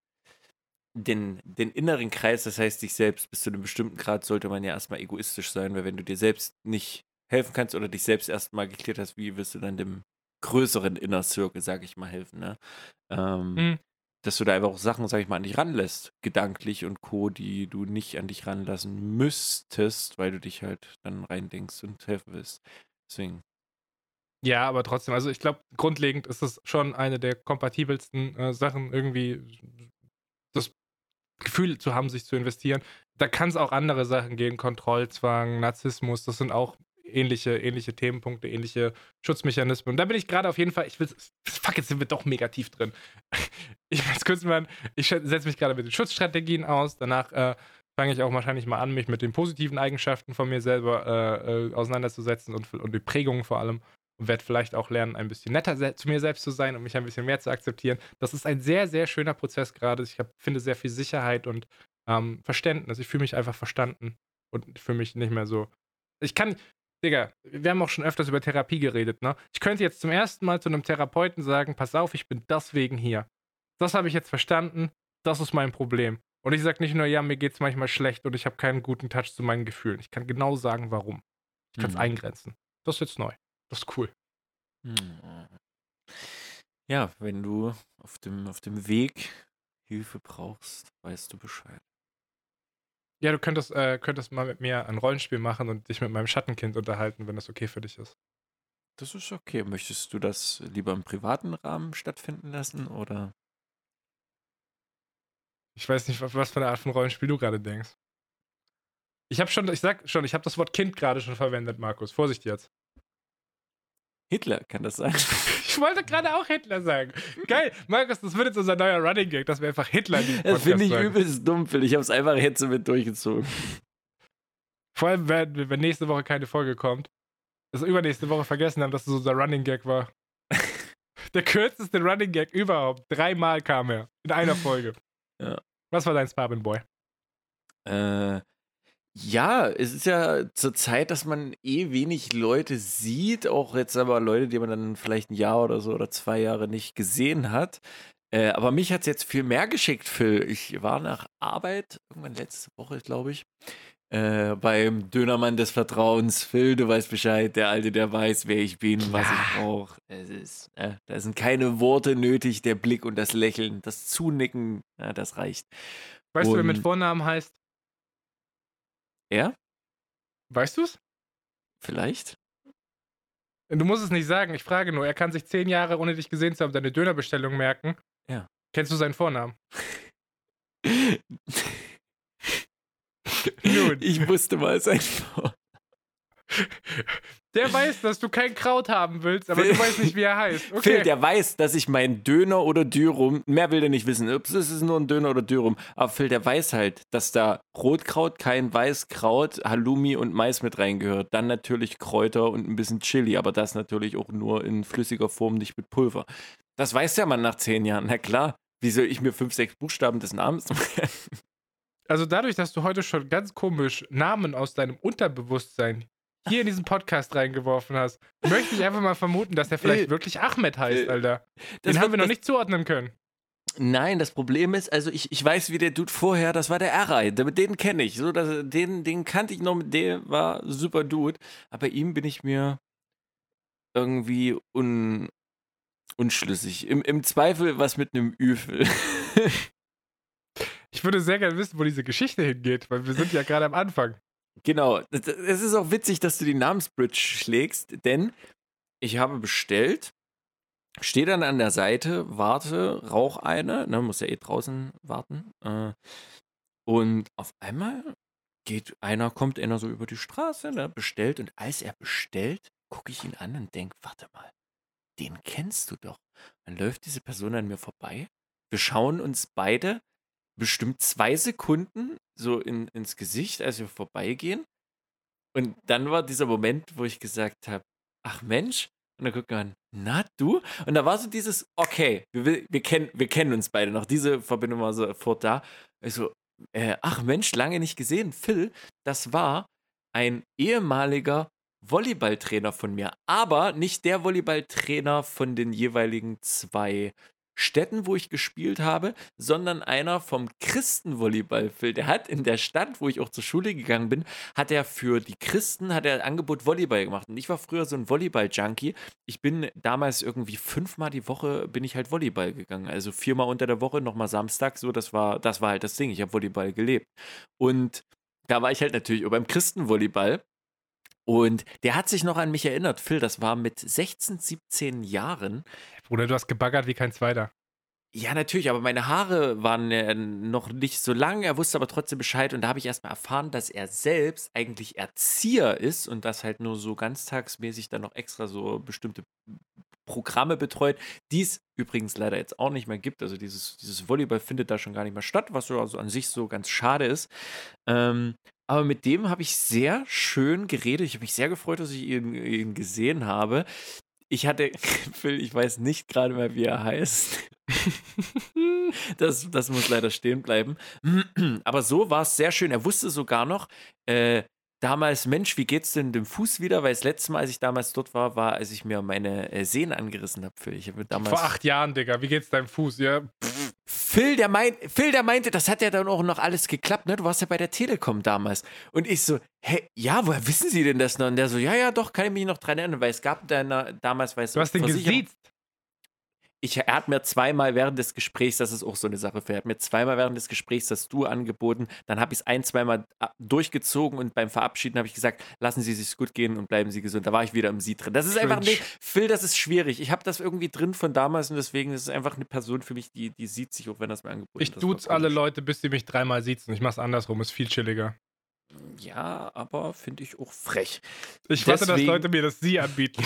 S3: den, den inneren Kreis, das heißt dich selbst, bis zu einem bestimmten Grad sollte man ja erstmal egoistisch sein, weil wenn du dir selbst nicht helfen kannst oder dich selbst erstmal geklärt hast, wie willst du dann dem größeren Inner Circle, sag ich mal, helfen, ne? Ähm,
S2: Mhm.
S3: dass du da einfach auch Sachen, sag ich mal, an dich ranlässt, gedanklich und Co., die du nicht an dich ranlassen müsstest, weil du dich halt dann reindenkst und helfen willst. Deswegen.
S2: Ja, aber trotzdem, also ich glaube, grundlegend ist es schon eine der kompatibelsten äh, Sachen, irgendwie das Gefühl zu haben, sich zu investieren. Da kann es auch andere Sachen geben, Kontrollzwang, Narzissmus, das sind auch ähnliche, ähnliche Themenpunkte, ähnliche Schutzmechanismen. Und da bin ich gerade auf jeden Fall, ich will, fuck, jetzt sind wir doch mega tief drin. Ich will es kurz mal, ich setze mich gerade mit den Schutzstrategien aus, danach äh, fange ich auch wahrscheinlich mal an, mich mit den positiven Eigenschaften von mir selber äh, äh, auseinanderzusetzen und, und die Prägungen vor allem und werde vielleicht auch lernen, ein bisschen netter se- zu mir selbst zu sein und mich ein bisschen mehr zu akzeptieren. Das ist ein sehr, sehr schöner Prozess gerade. Ich hab, finde sehr viel Sicherheit und ähm, Verständnis. Ich fühle mich einfach verstanden und fühle mich nicht mehr so. Ich kann, Digga, wir haben auch schon öfters über Therapie geredet, ne? Ich könnte jetzt zum ersten Mal zu einem Therapeuten sagen, pass auf, ich bin deswegen hier. Das habe ich jetzt verstanden, das ist mein Problem. Und ich sage nicht nur, ja, mir geht es manchmal schlecht und ich habe keinen guten Touch zu meinen Gefühlen. Ich kann genau sagen, warum. Ich kann es
S3: Mhm.
S2: eingrenzen. Das ist jetzt neu. Das ist cool.
S3: Hm. Ja, wenn du auf dem, auf dem Weg Hilfe brauchst, weißt du Bescheid.
S2: Ja, du könntest, äh, könntest mal mit mir ein Rollenspiel machen und dich mit meinem Schattenkind unterhalten, wenn das okay für dich ist.
S3: Das ist okay. Möchtest du das lieber im privaten Rahmen stattfinden lassen oder?
S2: Ich weiß nicht, was, was für eine Art von Rollenspiel du gerade denkst. Ich habe schon, ich sag schon, ich habe das Wort Kind gerade schon verwendet, Markus. Vorsicht jetzt.
S3: Hitler, kann das sein?
S2: Ich wollte gerade auch Hitler sagen. Geil, Markus, das wird jetzt unser neuer Running Gag, dass wir einfach Hitler in diesem
S3: Das
S2: Podcast
S3: finde ich
S2: sagen.
S3: übelst dumm, Phil. Ich habe es einfach jetzt so mit durchgezogen.
S2: Vor allem, wenn, wenn nächste Woche keine Folge kommt. Das übernächste Woche vergessen haben, dass das unser Running Gag war. Der kürzeste Running Gag überhaupt. Dreimal kam er. In einer Folge.
S3: Ja.
S2: Was war dein Sparbin-Boy?
S3: Äh, ja, es ist ja zur Zeit, dass man eh wenig Leute sieht, auch jetzt aber Leute, die man dann vielleicht ein Jahr oder so oder zwei Jahre nicht gesehen hat. Äh, aber mich hat es jetzt viel mehr geschickt, Phil. Ich war nach Arbeit, irgendwann letzte Woche, glaube ich, äh, beim Dönermann des Vertrauens. Phil, du weißt Bescheid, der Alte, der weiß, wer ich bin, was ich brauche. Es ist, äh, da sind keine Worte nötig, der Blick und das Lächeln, das Zunicken, ja, das reicht.
S2: Weißt du, wer mit
S3: Und-
S2: Vornamen heißt?
S3: Er?
S2: Weißt du es?
S3: Vielleicht?
S2: Du musst es nicht sagen, ich frage nur. Er kann sich zehn Jahre, ohne dich gesehen zu haben, deine Dönerbestellung merken.
S3: Ja.
S2: Kennst du seinen Vornamen? Nun.
S3: Ich wusste mal sein Vor.
S2: Der weiß, dass du kein Kraut haben willst, aber du weißt nicht, wie er heißt. Okay.
S3: Phil, der weiß, dass ich meinen Döner oder Dürum, mehr will der nicht wissen, ups, es ist nur ein Döner oder Dürum, aber Phil, der weiß halt, dass da Rotkraut, kein Weißkraut, Halloumi und Mais mit reingehört. Dann natürlich Kräuter und ein bisschen Chili, aber das natürlich auch nur in flüssiger Form, nicht mit Pulver. Das weiß der Mann nach zehn Jahren, na klar. Wie soll ich mir fünf, sechs Buchstaben des Namens merken?
S2: Also dadurch, dass du heute schon ganz komisch Namen aus deinem Unterbewusstsein hier in diesen Podcast reingeworfen hast, möchte ich einfach mal vermuten, dass der vielleicht
S3: Äh,
S2: wirklich Ahmed heißt,
S3: äh,
S2: Alter.
S3: das
S2: Den haben
S3: wird-
S2: wir noch
S3: das-
S2: nicht zuordnen können.
S3: Nein, das Problem ist, also ich, ich weiß, wie der Dude vorher, das war der Arai, den, den kenne ich, so, das, den, den kannte ich noch, der war super Dude, aber ihm bin ich mir irgendwie un, unschlüssig. Im, Im Zweifel was mit einem Üfel.
S2: Ich würde sehr gerne wissen, wo diese Geschichte hingeht, weil wir sind ja gerade am Anfang.
S3: Genau, das- es ist auch witzig, dass du die Namensbridge schlägst, denn ich habe bestellt, stehe dann an der Seite, warte, rauch eine, ne, muss ja eh draußen warten. Äh, und auf einmal geht einer, kommt einer so über die Straße, ne, bestellt, und als er bestellt, gucke ich ihn an und denke, warte mal, den kennst du doch. Dann läuft diese Person an mir vorbei. Wir schauen uns beide bestimmt zwei Sekunden so in, ins Gesicht, als wir vorbeigehen. Und dann war dieser Moment, wo ich gesagt habe, ach Mensch, und dann gucken wir an, na du? Und da war so dieses, okay, wir, wir, wir, kennen, wir kennen uns beide noch, diese Verbindung war sofort da. Also, äh, ach Mensch, lange nicht gesehen. Phil, das war ein ehemaliger Volleyballtrainer von mir, aber nicht der Volleyballtrainer von den jeweiligen zwei Städten, wo ich gespielt habe, sondern einer vom Christenvolleyball, Phil. Der hat in der Stadt, wo ich auch zur Schule gegangen bin, hat er für die Christen, hat er ein Angebot Volleyball gemacht. Und ich war früher so ein Volleyball-Junkie. Ich bin damals irgendwie fünfmal die Woche bin ich halt Volleyball gegangen. Also viermal unter der Woche, nochmal Samstag, so, das war, das war halt das Ding. Ich habe Volleyball gelebt. Und da war ich halt natürlich auch beim Christenvolleyball. Und der hat sich noch an mich erinnert, Phil, das war mit sechzehn, siebzehn Jahren.
S2: Bruder, du hast gebaggert wie kein Zweiter.
S3: Ja, natürlich, aber meine Haare waren äh, noch nicht so lang. Er wusste aber trotzdem Bescheid. Und da habe ich erstmal erfahren, dass er selbst eigentlich Erzieher ist und das halt nur so ganztagsmäßig dann noch extra so bestimmte Programme betreut, die es übrigens leider jetzt auch nicht mehr gibt. Also dieses, dieses Volleyball findet da schon gar nicht mehr statt, was so also an sich so ganz schade ist. Ähm, aber mit dem habe ich sehr schön geredet. Ich habe mich sehr gefreut, dass ich ihn, ihn gesehen habe. Ich hatte, Phil, ich weiß nicht gerade mehr, wie er heißt. Das, das muss leider stehen bleiben. Aber so war es sehr schön. Er wusste sogar noch, äh, damals, Mensch, wie geht's denn dem Fuß wieder? Weil das letzte Mal, als ich damals dort war, war, als ich mir meine äh, Sehnen angerissen habe, Phil. Ich habe damals.
S2: Vor acht Jahren, Digga. Wie geht's deinem Fuß? Ja.
S3: Phil, der meint, Phil, der meinte, das hat ja dann auch noch alles geklappt, ne? Du warst ja bei der Telekom damals. Und ich so, hä, ja, woher wissen Sie denn das noch? Und der so, ja, ja, doch, kann ich mich noch dran erinnern, weil es gab da damals, weißt
S2: Du hast den gesiezt.
S3: ich, er hat mir zweimal während des Gesprächs, das ist auch so eine Sache, er hat mir zweimal während des Gesprächs das Du angeboten, dann habe ich es ein, zweimal durchgezogen und beim Verabschieden habe ich gesagt, lassen Sie sich's gut gehen und bleiben Sie gesund. Da war ich wieder im Sie drin. Das ist
S2: Cringe.
S3: einfach, nee, Phil, das ist schwierig. Ich habe das irgendwie drin von damals und deswegen ist es einfach eine Person für mich, die, die sieht sich, auch wenn das mir angeboten
S2: Ich
S3: ist.
S2: duze alle Leute, bis sie mich dreimal siezen. Ich mach's andersrum, ist viel chilliger.
S3: Ja, aber finde ich auch frech.
S2: Ich warte, dass
S3: Deswegen-
S2: Leute mir das Sie anbieten.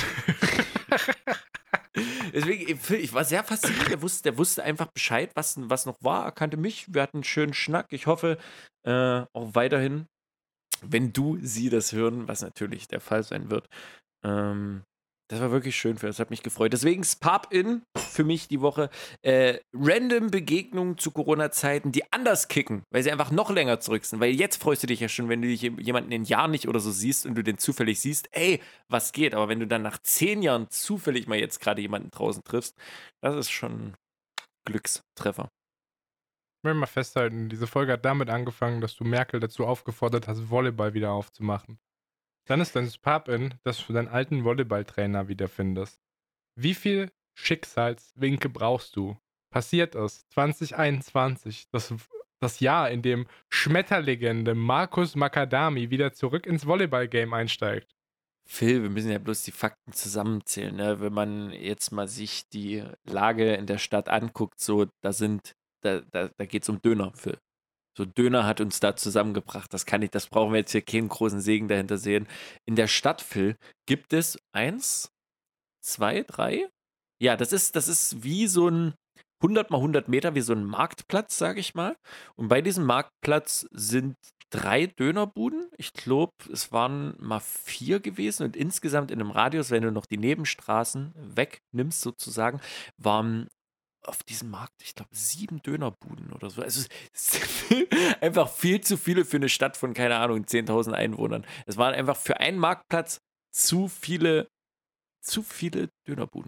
S3: Deswegen, ich- ich war sehr fasziniert. Der wusste, der wusste einfach Bescheid, was, was noch war. Er kannte mich. Wir hatten einen schönen Schnack. Ich hoffe, äh, auch weiterhin, wenn du sie das hören, was natürlich der Fall sein wird. Ähm, das war wirklich schön für das hat mich gefreut. Deswegen Pub-In für mich die Woche. Äh, random Begegnungen zu Corona-Zeiten, die anders kicken, weil sie einfach noch länger zurück sind. Weil jetzt freust du dich ja schon, wenn du dich jemanden in Jahren nicht oder so siehst und du den zufällig siehst, ey, was geht? Aber wenn du dann nach zehn Jahren zufällig mal jetzt gerade jemanden draußen triffst, das ist schon Glückstreffer.
S2: Ich will mal festhalten, diese Folge hat damit angefangen, dass du Merkel dazu aufgefordert hast, Volleyball wieder aufzumachen. Dann ist dein Pub-In, dass du deinen alten Volleyballtrainer wiederfindest. Wie viel Schicksalswinke brauchst du? Passiert es zwanzig einundzwanzig, das, das Jahr, in dem Schmetterlegende Markus Makadami wieder zurück ins Volleyball-Game einsteigt?
S3: Phil, wir müssen ja bloß die Fakten zusammenzählen. Ne? Wenn man jetzt mal sich die Lage in der Stadt anguckt, so, da sind, da, da, da geht es um Döner, Phil. So, Döner hat uns da zusammengebracht. Das kann ich, das brauchen wir jetzt hier keinen großen Segen dahinter sehen. In der Stadt, Phil, gibt es eins, zwei, drei? Ja, das ist, das ist wie so ein hundert mal hundert Meter, wie so ein Marktplatz, sage ich mal. Und bei diesem Marktplatz sind drei Dönerbuden. Ich glaube, es waren mal vier gewesen. Und insgesamt in einem Radius, wenn du noch die Nebenstraßen wegnimmst, sozusagen, waren auf diesem Markt, ich glaube, sieben Dönerbuden oder so. Also es ist einfach viel zu viele für eine Stadt von, keine Ahnung, zehntausend Einwohnern. Es waren einfach für einen Marktplatz zu viele, zu viele Dönerbuden.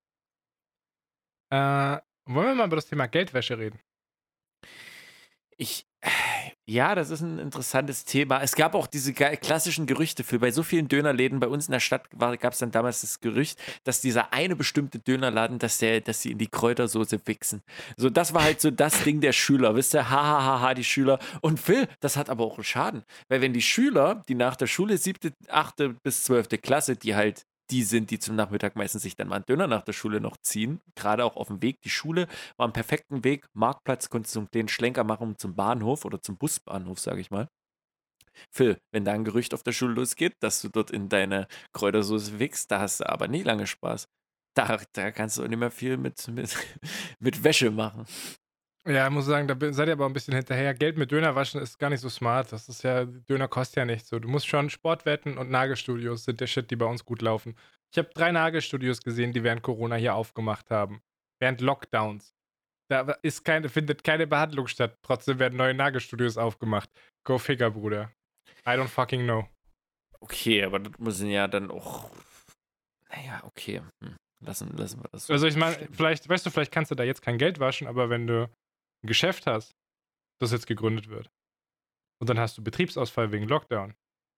S2: Äh, wollen wir mal über das Thema Geldwäsche reden?
S3: Ich, ja, das ist ein interessantes Thema. Es gab auch diese ge- klassischen Gerüchte für bei so vielen Dönerläden. Bei uns in der Stadt gab es dann damals das Gerücht, dass dieser eine bestimmte Dönerladen, dass, der, dass sie in die Kräutersoße wichsen. So, das war halt so das Ding der Schüler. Wisst ihr, hahaha, ha, ha, die Schüler. Und Phil, das hat aber auch einen Schaden. Weil wenn die Schüler, die nach der Schule, siebte, achte bis zwölfte Klasse, die halt die sind, die zum Nachmittag meistens sich dann mal einen Döner nach der Schule noch ziehen. Gerade auch auf dem Weg. Die Schule war am perfekten Weg. Marktplatz, konntest du so einen kleinen Schlenker machen zum Bahnhof oder zum Busbahnhof, sage ich mal. Phil, wenn da ein Gerücht auf der Schule losgeht, dass du dort in deine Kräutersoße wichst, da hast du aber nie lange Spaß. Da, da kannst du auch nicht mehr viel mit, mit, mit Wäsche machen.
S2: Ja, ich muss sagen, da bin- seid ihr aber ein bisschen hinterher. Geld mit Döner waschen ist gar nicht so smart. Das ist ja, Döner kostet ja nichts so. Du musst schon Sportwetten und Nagelstudios sind der Shit, die bei uns gut laufen. Ich habe drei Nagelstudios gesehen, die während Corona hier aufgemacht haben. Während Lockdowns. Da ist keine, findet keine Behandlung statt. Trotzdem werden neue Nagelstudios aufgemacht. Go figure, Bruder. I don't fucking know.
S3: Okay, aber das müssen ja dann auch. Naja, okay. Hm. Lassen, lassen wir das so.
S2: Also ich meine,
S3: stehen.
S2: vielleicht, weißt du, vielleicht kannst du da jetzt kein Geld waschen, aber wenn du ein Geschäft hast, das jetzt gegründet wird, und dann hast du Betriebsausfall wegen Lockdown.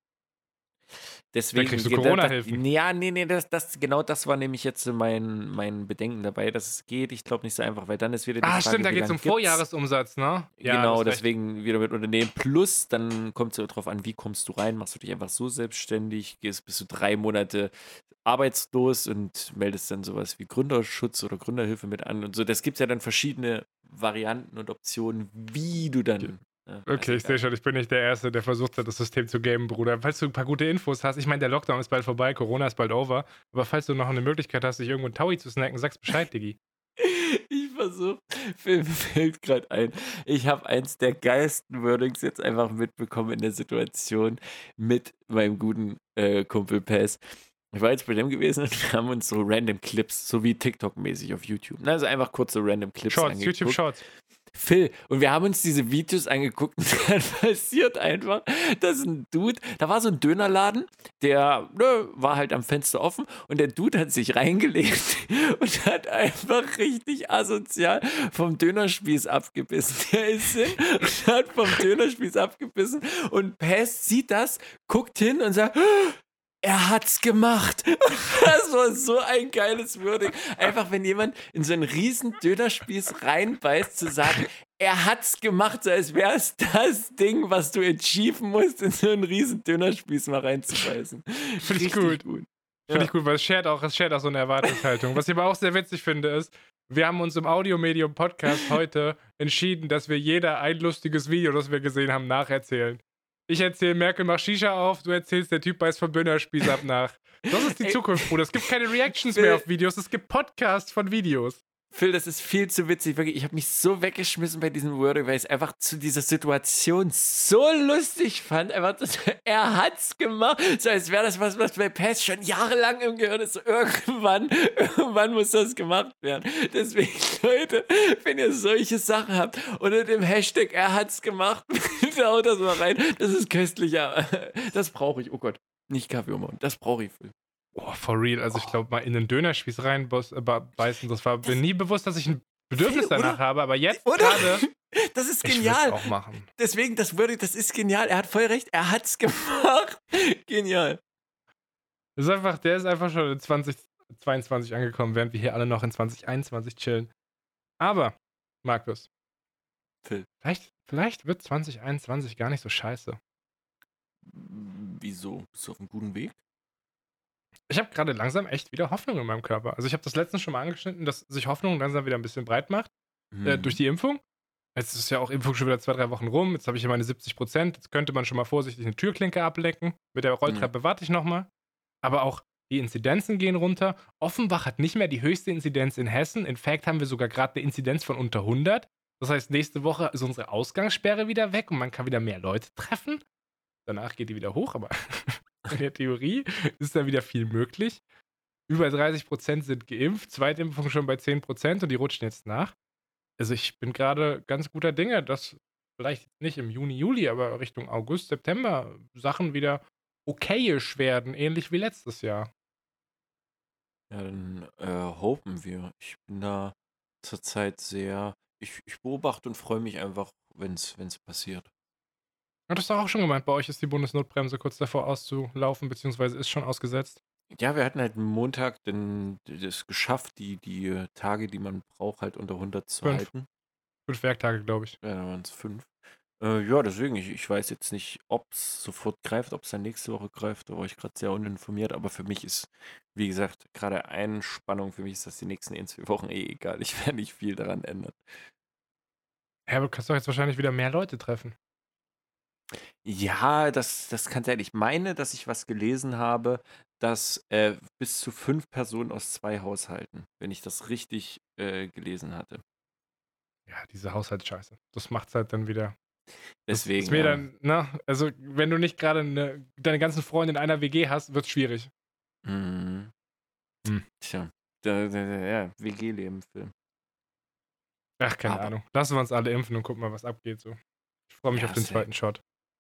S3: Deswegen,
S2: kriegst du
S3: ge- da-
S2: Corona-Hilfen.
S3: da- Ja, nee, nee, das, das, genau das war nämlich jetzt mein, mein Bedenken dabei, dass es geht. Ich glaube nicht so einfach, weil dann ist wieder die
S2: Ah,
S3: Frage,
S2: stimmt, da
S3: wie
S2: geht es
S3: lang
S2: um
S3: gibt's?
S2: Vorjahresumsatz, ne? Ja,
S3: Genau,
S2: du hast recht.
S3: deswegen wieder mit Unternehmen. Plus, dann kommt es ja darauf an, wie kommst du rein? Machst du dich einfach so selbstständig? Gehst, bist du drei Monate arbeitslos und meldest dann sowas wie Gründerschutz oder Gründerhilfe mit an und so. Das gibt es ja dann verschiedene Varianten und Optionen, wie du dann. äh,
S2: Okay, ich sehe schon, ich bin nicht der Erste, der versucht hat, das System zu gamen, Bruder. Falls du ein paar gute Infos hast, ich meine, der Lockdown ist bald vorbei, Corona ist bald over, aber falls du noch eine Möglichkeit hast, dich irgendwo ein Taui zu snacken, sag's Bescheid, Diggi.
S3: Ich versuche, mir fällt gerade ein, ich habe eins der geilsten Wordings jetzt einfach mitbekommen in der Situation mit meinem guten äh, Kumpel Pez. Ich war jetzt bei dem gewesen und wir haben uns so random Clips, so wie TikTok-mäßig auf YouTube. ne, Also einfach kurze random Clips
S2: Shorts,
S3: angeguckt.
S2: YouTube Shorts.
S3: Phil, und wir haben uns diese Videos angeguckt und dann passiert einfach, dass ein Dude, da war so ein Dönerladen, der ne, war halt am Fenster offen und der Dude hat sich reingelegt und hat einfach richtig asozial vom Dönerspieß abgebissen. Der ist hin und hat vom Dönerspieß abgebissen und Pest sieht das, guckt hin und sagt, er hat's gemacht. Das war so ein geiles Wording. Einfach, wenn jemand in so einen riesen Dönerspieß reinbeißt, zu sagen, er hat's gemacht, so als wäre es das Ding, was du achieven musst, in so einen riesen Dönerspieß mal reinzubeißen.
S2: Finde ich gut. gut.
S3: Ja.
S2: Finde ich gut, weil es shared auch, es shared auch so eine Erwartungshaltung. Was ich aber auch sehr witzig finde, ist, wir haben uns im Audiomedium-Podcast heute entschieden, dass wir jeder ein lustiges Video, das wir gesehen haben, nacherzählen. Ich erzähle, Merkel macht Shisha auf, du erzählst, der Typ beißt vom Dönerspieß ab nach. Das ist die Ey, Zukunft, Bruder. Es gibt keine Reactions Phil, mehr auf Videos, es gibt Podcasts von Videos.
S3: Phil, das ist viel zu witzig. Wirklich, ich habe mich so weggeschmissen bei diesem Wording, weil ich es einfach zu dieser Situation so lustig fand. Einfach, das, er hat's gemacht. So als wäre das was, was bei Pest schon jahrelang im Gehirn ist. So irgendwann, irgendwann muss das gemacht werden. Deswegen, Leute, wenn ihr solche Sachen habt, unter dem Hashtag er hat's gemacht, bitte haut das mal rein. Das ist köstlich. Das brauche ich. Oh Gott, nicht Kaffee um Das brauche ich, Phil.
S2: Oh, for real. Also ich glaube, mal in den Dönerspieß reinbeißen, das war mir nie bewusst, dass ich ein Bedürfnis
S3: Phil,
S2: danach habe, aber jetzt gerade...
S3: Das ist genial.
S2: Ich auch machen.
S3: Deswegen, das würde, das ist genial. Er hat voll recht. Er hat's gemacht. Genial.
S2: Das ist einfach, der ist einfach schon in zwanzig zweiundzwanzig angekommen, während wir hier alle noch in zwanzig einundzwanzig chillen. Aber, Markus,
S3: Phil.
S2: Vielleicht, vielleicht wird zwanzig einundzwanzig gar nicht so scheiße.
S3: Wieso? Bist du auf einem guten Weg?
S2: Ich habe gerade langsam echt wieder Hoffnung in meinem Körper. Also ich habe das letztens schon mal angeschnitten, dass sich Hoffnung langsam wieder ein bisschen breit macht.
S3: Hm.
S2: Äh, durch die Impfung. Jetzt ist ja auch Impfung schon wieder zwei, drei Wochen rum. Jetzt habe ich ja meine siebzig Prozent. Jetzt könnte man schon mal vorsichtig eine Türklinke ablecken. Mit der Rolltreppe hm. warte ich nochmal. Aber auch die Inzidenzen gehen runter. Offenbach hat nicht mehr die höchste Inzidenz in Hessen. In fact haben wir sogar gerade eine Inzidenz von unter hundert. Das heißt, nächste Woche ist unsere Ausgangssperre wieder weg und man kann wieder mehr Leute treffen. Danach geht die wieder hoch, aber in der Theorie ist da wieder viel möglich. Über dreißig Prozent sind geimpft, Zweitimpfung schon bei zehn Prozent und die rutschen jetzt nach. Also ich bin gerade ganz guter Dinge, dass vielleicht nicht im Juni, Juli, aber Richtung August, September Sachen wieder okayisch werden, ähnlich wie letztes Jahr.
S3: Ja, dann äh, hoffen wir. Ich bin da zurzeit sehr, ich, ich beobachte und freue mich einfach, wenn es passiert.
S2: Ja, das ist doch auch schon gemeint, bei euch ist die Bundesnotbremse kurz davor auszulaufen, beziehungsweise ist schon ausgesetzt.
S3: Ja, wir hatten halt Montag den, das geschafft, die, die Tage, die man braucht, halt unter hundert zu
S2: Fünf.
S3: halten.
S2: Fünf Werktage, glaube ich.
S3: Ja, da waren es fünf. Äh, ja, deswegen, ich, ich weiß jetzt nicht, ob es sofort greift, ob es dann nächste Woche greift, da war ich gerade sehr uninformiert, aber für mich ist, wie gesagt, gerade Einspannung, für mich ist das die nächsten ein, zwei Wochen eh egal. Ich werde nicht viel daran ändern.
S2: Ja, aber du kannst doch jetzt wahrscheinlich wieder mehr Leute treffen.
S3: Ja, das, das kann sein. Ich meine, dass ich was gelesen habe, dass äh, bis zu fünf Personen aus zwei Haushalten, wenn ich das richtig äh, gelesen hatte.
S2: Ja, diese Haushaltsscheiße. Das macht's halt dann wieder. Das
S3: Deswegen.
S2: ist mir
S3: ja.
S2: dann, na, also wenn du nicht gerade ne, deine ganzen Freunde in einer W G hast, wird's schwierig.
S3: Mhm.
S2: Hm.
S3: Tja, da, da, da, ja, W G-Leben, Film.
S2: Ach, keine
S3: Aber-
S2: Ahnung. Lassen wir uns alle impfen und gucken mal, was abgeht. So. Ich freue mich
S3: Ja,
S2: auf den
S3: safe.
S2: zweiten Shot.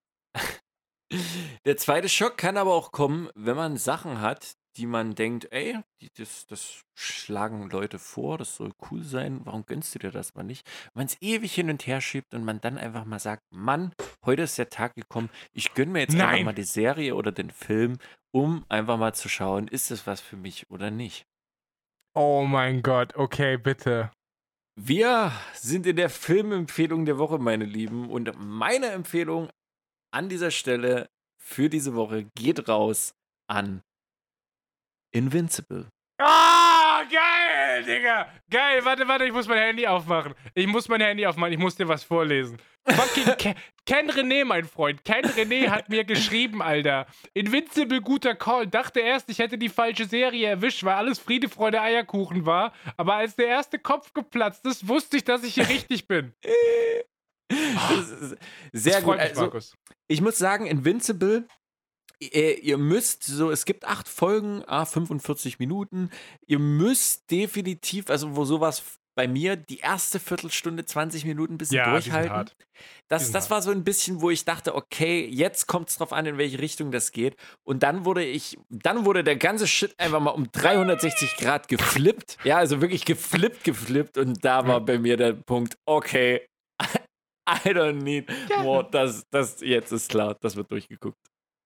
S3: Der zweite Schock kann aber auch kommen, wenn man Sachen hat, die man denkt, ey, die, das, das schlagen Leute vor, das soll cool sein, warum gönnst du dir das mal nicht? Wenn man es ewig hin und her schiebt und man dann einfach mal sagt, Mann, heute ist der Tag gekommen, ich gönne mir jetzt einfach
S2: Nein.
S3: mal die Serie oder den Film, um einfach mal zu schauen, ist das was für mich oder nicht.
S2: Oh mein Gott, okay, bitte.
S3: Wir sind in der Filmempfehlung der Woche, meine Lieben, und meine Empfehlung an dieser Stelle für diese Woche geht raus an Invincible.
S2: Ah, geil, Digga. Geil, warte, warte, ich muss mein Handy aufmachen. Ich muss mein Handy aufmachen, ich muss dir was vorlesen. Fucking Ken, Ken René, mein Freund. Ken René hat mir geschrieben, Alter. Invincible, guter Call. Dachte erst, ich hätte die falsche Serie erwischt, weil alles Friede, Freude, Eierkuchen war. Aber als der erste Kopf geplatzt ist, wusste ich, dass ich hier richtig bin.
S3: Das ist sehr
S2: Das
S3: gut.
S2: freut mich,
S3: Also,
S2: Markus.
S3: ich muss sagen, Invincible, äh, ihr müsst so, es gibt acht Folgen, ah, fünfundvierzig Minuten. Ihr müsst definitiv, also wo sowas bei mir die erste Viertelstunde, zwanzig Minuten ein bisschen
S2: Ja, die sind
S3: durchhalten.
S2: hart. Die
S3: Das,
S2: sind
S3: das
S2: hart.
S3: war so ein bisschen, wo ich dachte, okay, jetzt kommt es drauf an, in welche Richtung das geht. Und dann wurde ich, dann wurde der ganze Shit einfach mal um dreihundertsechzig Grad geflippt. Ja, also wirklich geflippt, geflippt. Und da war bei mir der Punkt, okay, I don't need more. Das, das, jetzt ist klar, das wird durchgeguckt.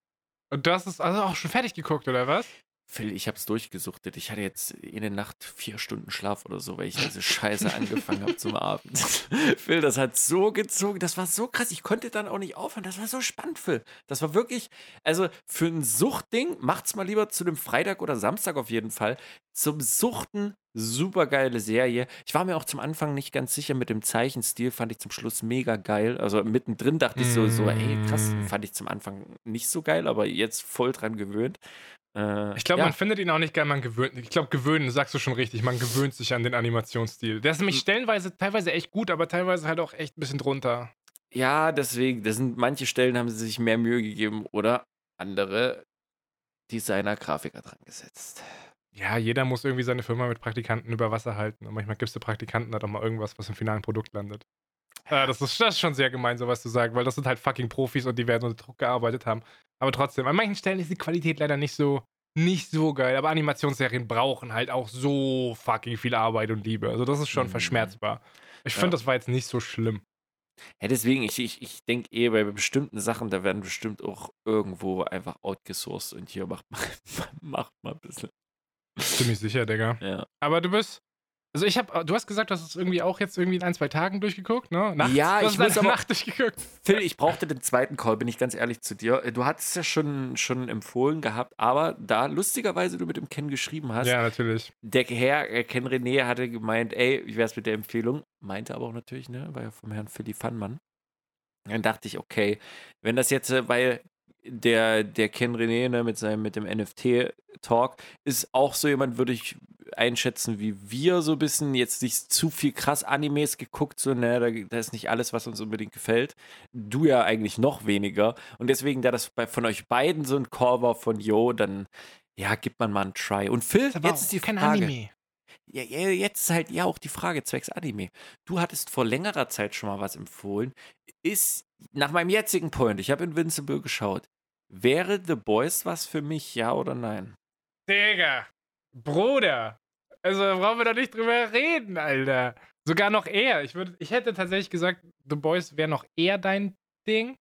S2: Und du hast es also auch schon fertig geguckt, oder was?
S3: Phil, ich hab's durchgesuchtet. Ich hatte jetzt in der Nacht vier Stunden Schlaf oder so, weil ich diese Scheiße angefangen habe zum Abend. Phil, das hat so gezogen. Das war so krass. Ich konnte dann auch nicht aufhören. Das war so spannend, Phil. Das war wirklich, also für ein Suchtding, macht's mal lieber zu dem Freitag oder Samstag auf jeden Fall. Zum Suchten, super geile Serie. Ich war mir auch zum Anfang nicht ganz sicher mit dem Zeichenstil, fand ich zum Schluss mega geil. Also mittendrin dachte ich so, so, ey, krass,
S2: Mm.
S3: fand ich zum Anfang nicht so geil, aber jetzt voll dran gewöhnt. Äh,
S2: Ich glaube,
S3: ja.
S2: man findet ihn auch nicht geil, man gewöhnt. Ich glaube, gewöhnen, sagst du schon richtig, man gewöhnt sich an den Animationsstil. Der ist nämlich stellenweise teilweise echt gut, aber teilweise halt auch echt ein bisschen drunter.
S3: Ja, deswegen, das sind manche Stellen haben sie sich mehr Mühe gegeben oder andere Designer, Grafiker dran gesetzt.
S2: Ja, jeder muss irgendwie seine Firma mit Praktikanten über Wasser halten. Und manchmal gibst du Praktikanten halt auch mal irgendwas, was im finalen Produkt landet. Äh, das, ist, das ist schon sehr gemein, sowas zu sagen, weil das sind halt fucking Profis und die werden unter Druck gearbeitet haben. Aber trotzdem, an manchen Stellen ist die Qualität leider nicht so, nicht so geil. Aber Animationsserien brauchen halt auch so fucking viel Arbeit und Liebe. Also das ist schon
S3: Mhm.
S2: verschmerzbar. Ich
S3: Ja.
S2: finde, das war jetzt nicht so schlimm.
S3: Ja, deswegen, ich, ich, ich denke eh, bei bestimmten Sachen, da werden bestimmt auch irgendwo einfach outgesourced und hier macht mal, macht mal ein bisschen.
S2: Ziemlich sicher, Digga.
S3: Ja.
S2: Aber du bist. Also ich hab, du hast gesagt, du hast es irgendwie auch jetzt irgendwie in ein, zwei Tagen durchgeguckt, ne? Nachts?
S3: Ja,
S2: du hast
S3: ich
S2: es
S3: muss
S2: eine
S3: aber-
S2: Nacht durchgeguckt.
S3: Phil, ich brauchte den zweiten Call, bin ich ganz ehrlich zu dir. Du hattest es ja schon, schon empfohlen gehabt, aber da lustigerweise du mit dem Ken geschrieben hast,
S2: Ja, natürlich.
S3: der Herr, äh, Ken René, hatte gemeint, ey, wie wär's mit der Empfehlung? Meinte aber auch natürlich, ne, war ja vom Herrn Philly Fannmann. Dann dachte ich, okay, wenn das jetzt, äh, weil der, der Ken René, ne, mit seinem, mit dem N F T-Talk, ist auch so jemand, würde ich einschätzen, wie wir so ein bisschen jetzt nicht zu viel krass Animes geguckt, so, ne, da, da ist nicht alles, was uns unbedingt gefällt. Du ja eigentlich noch weniger. Und deswegen, da das bei, von euch beiden so ein Call war von, yo, dann, ja, gibt man mal einen Try. Und Phil,
S2: Das war
S3: jetzt ist die
S2: auch kein
S3: Frage.
S2: Anime.
S3: Ja, ja, jetzt ist halt ja auch die Frage zwecks Anime. Du hattest vor längerer Zeit schon mal was empfohlen. Ist nach meinem jetzigen Point, ich habe Invincible geschaut, wäre The Boys was für mich, ja oder nein?
S2: Digga. Bruder. Also brauchen wir da nicht drüber reden, Alter. Sogar noch eher. Ich, würd, ich hätte tatsächlich gesagt, The Boys wäre noch eher dein Ding.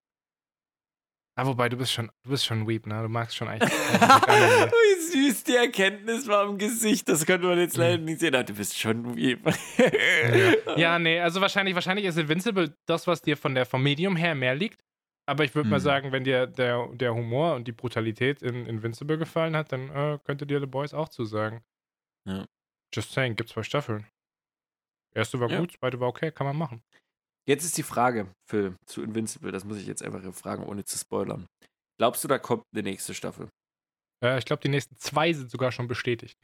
S2: Ah, wobei, du bist schon, du bist schon Weep, ne? Du magst schon eigentlich. Anime.
S3: Wie süß die Erkenntnis war im Gesicht, das könnte man jetzt leider nicht sehen, aber du bist schon wie.
S2: Ja. Ja, nee, also wahrscheinlich, wahrscheinlich ist Invincible das, was dir von der, vom Medium her mehr liegt. Aber ich würde mal
S3: Hm.
S2: sagen, wenn dir der, der Humor und die Brutalität in Invincible gefallen hat, dann äh, könnte dir The Boys auch zusagen.
S3: Ja.
S2: Just saying, gibt zwei Staffeln. Erste war
S3: Ja.
S2: gut, zweite war okay, kann man machen.
S3: Jetzt ist die Frage, Phil, zu Invincible, das muss ich jetzt einfach fragen, ohne zu spoilern. Glaubst du, da kommt eine nächste Staffel?
S2: Äh, ich glaube, die nächsten zwei sind sogar schon bestätigt.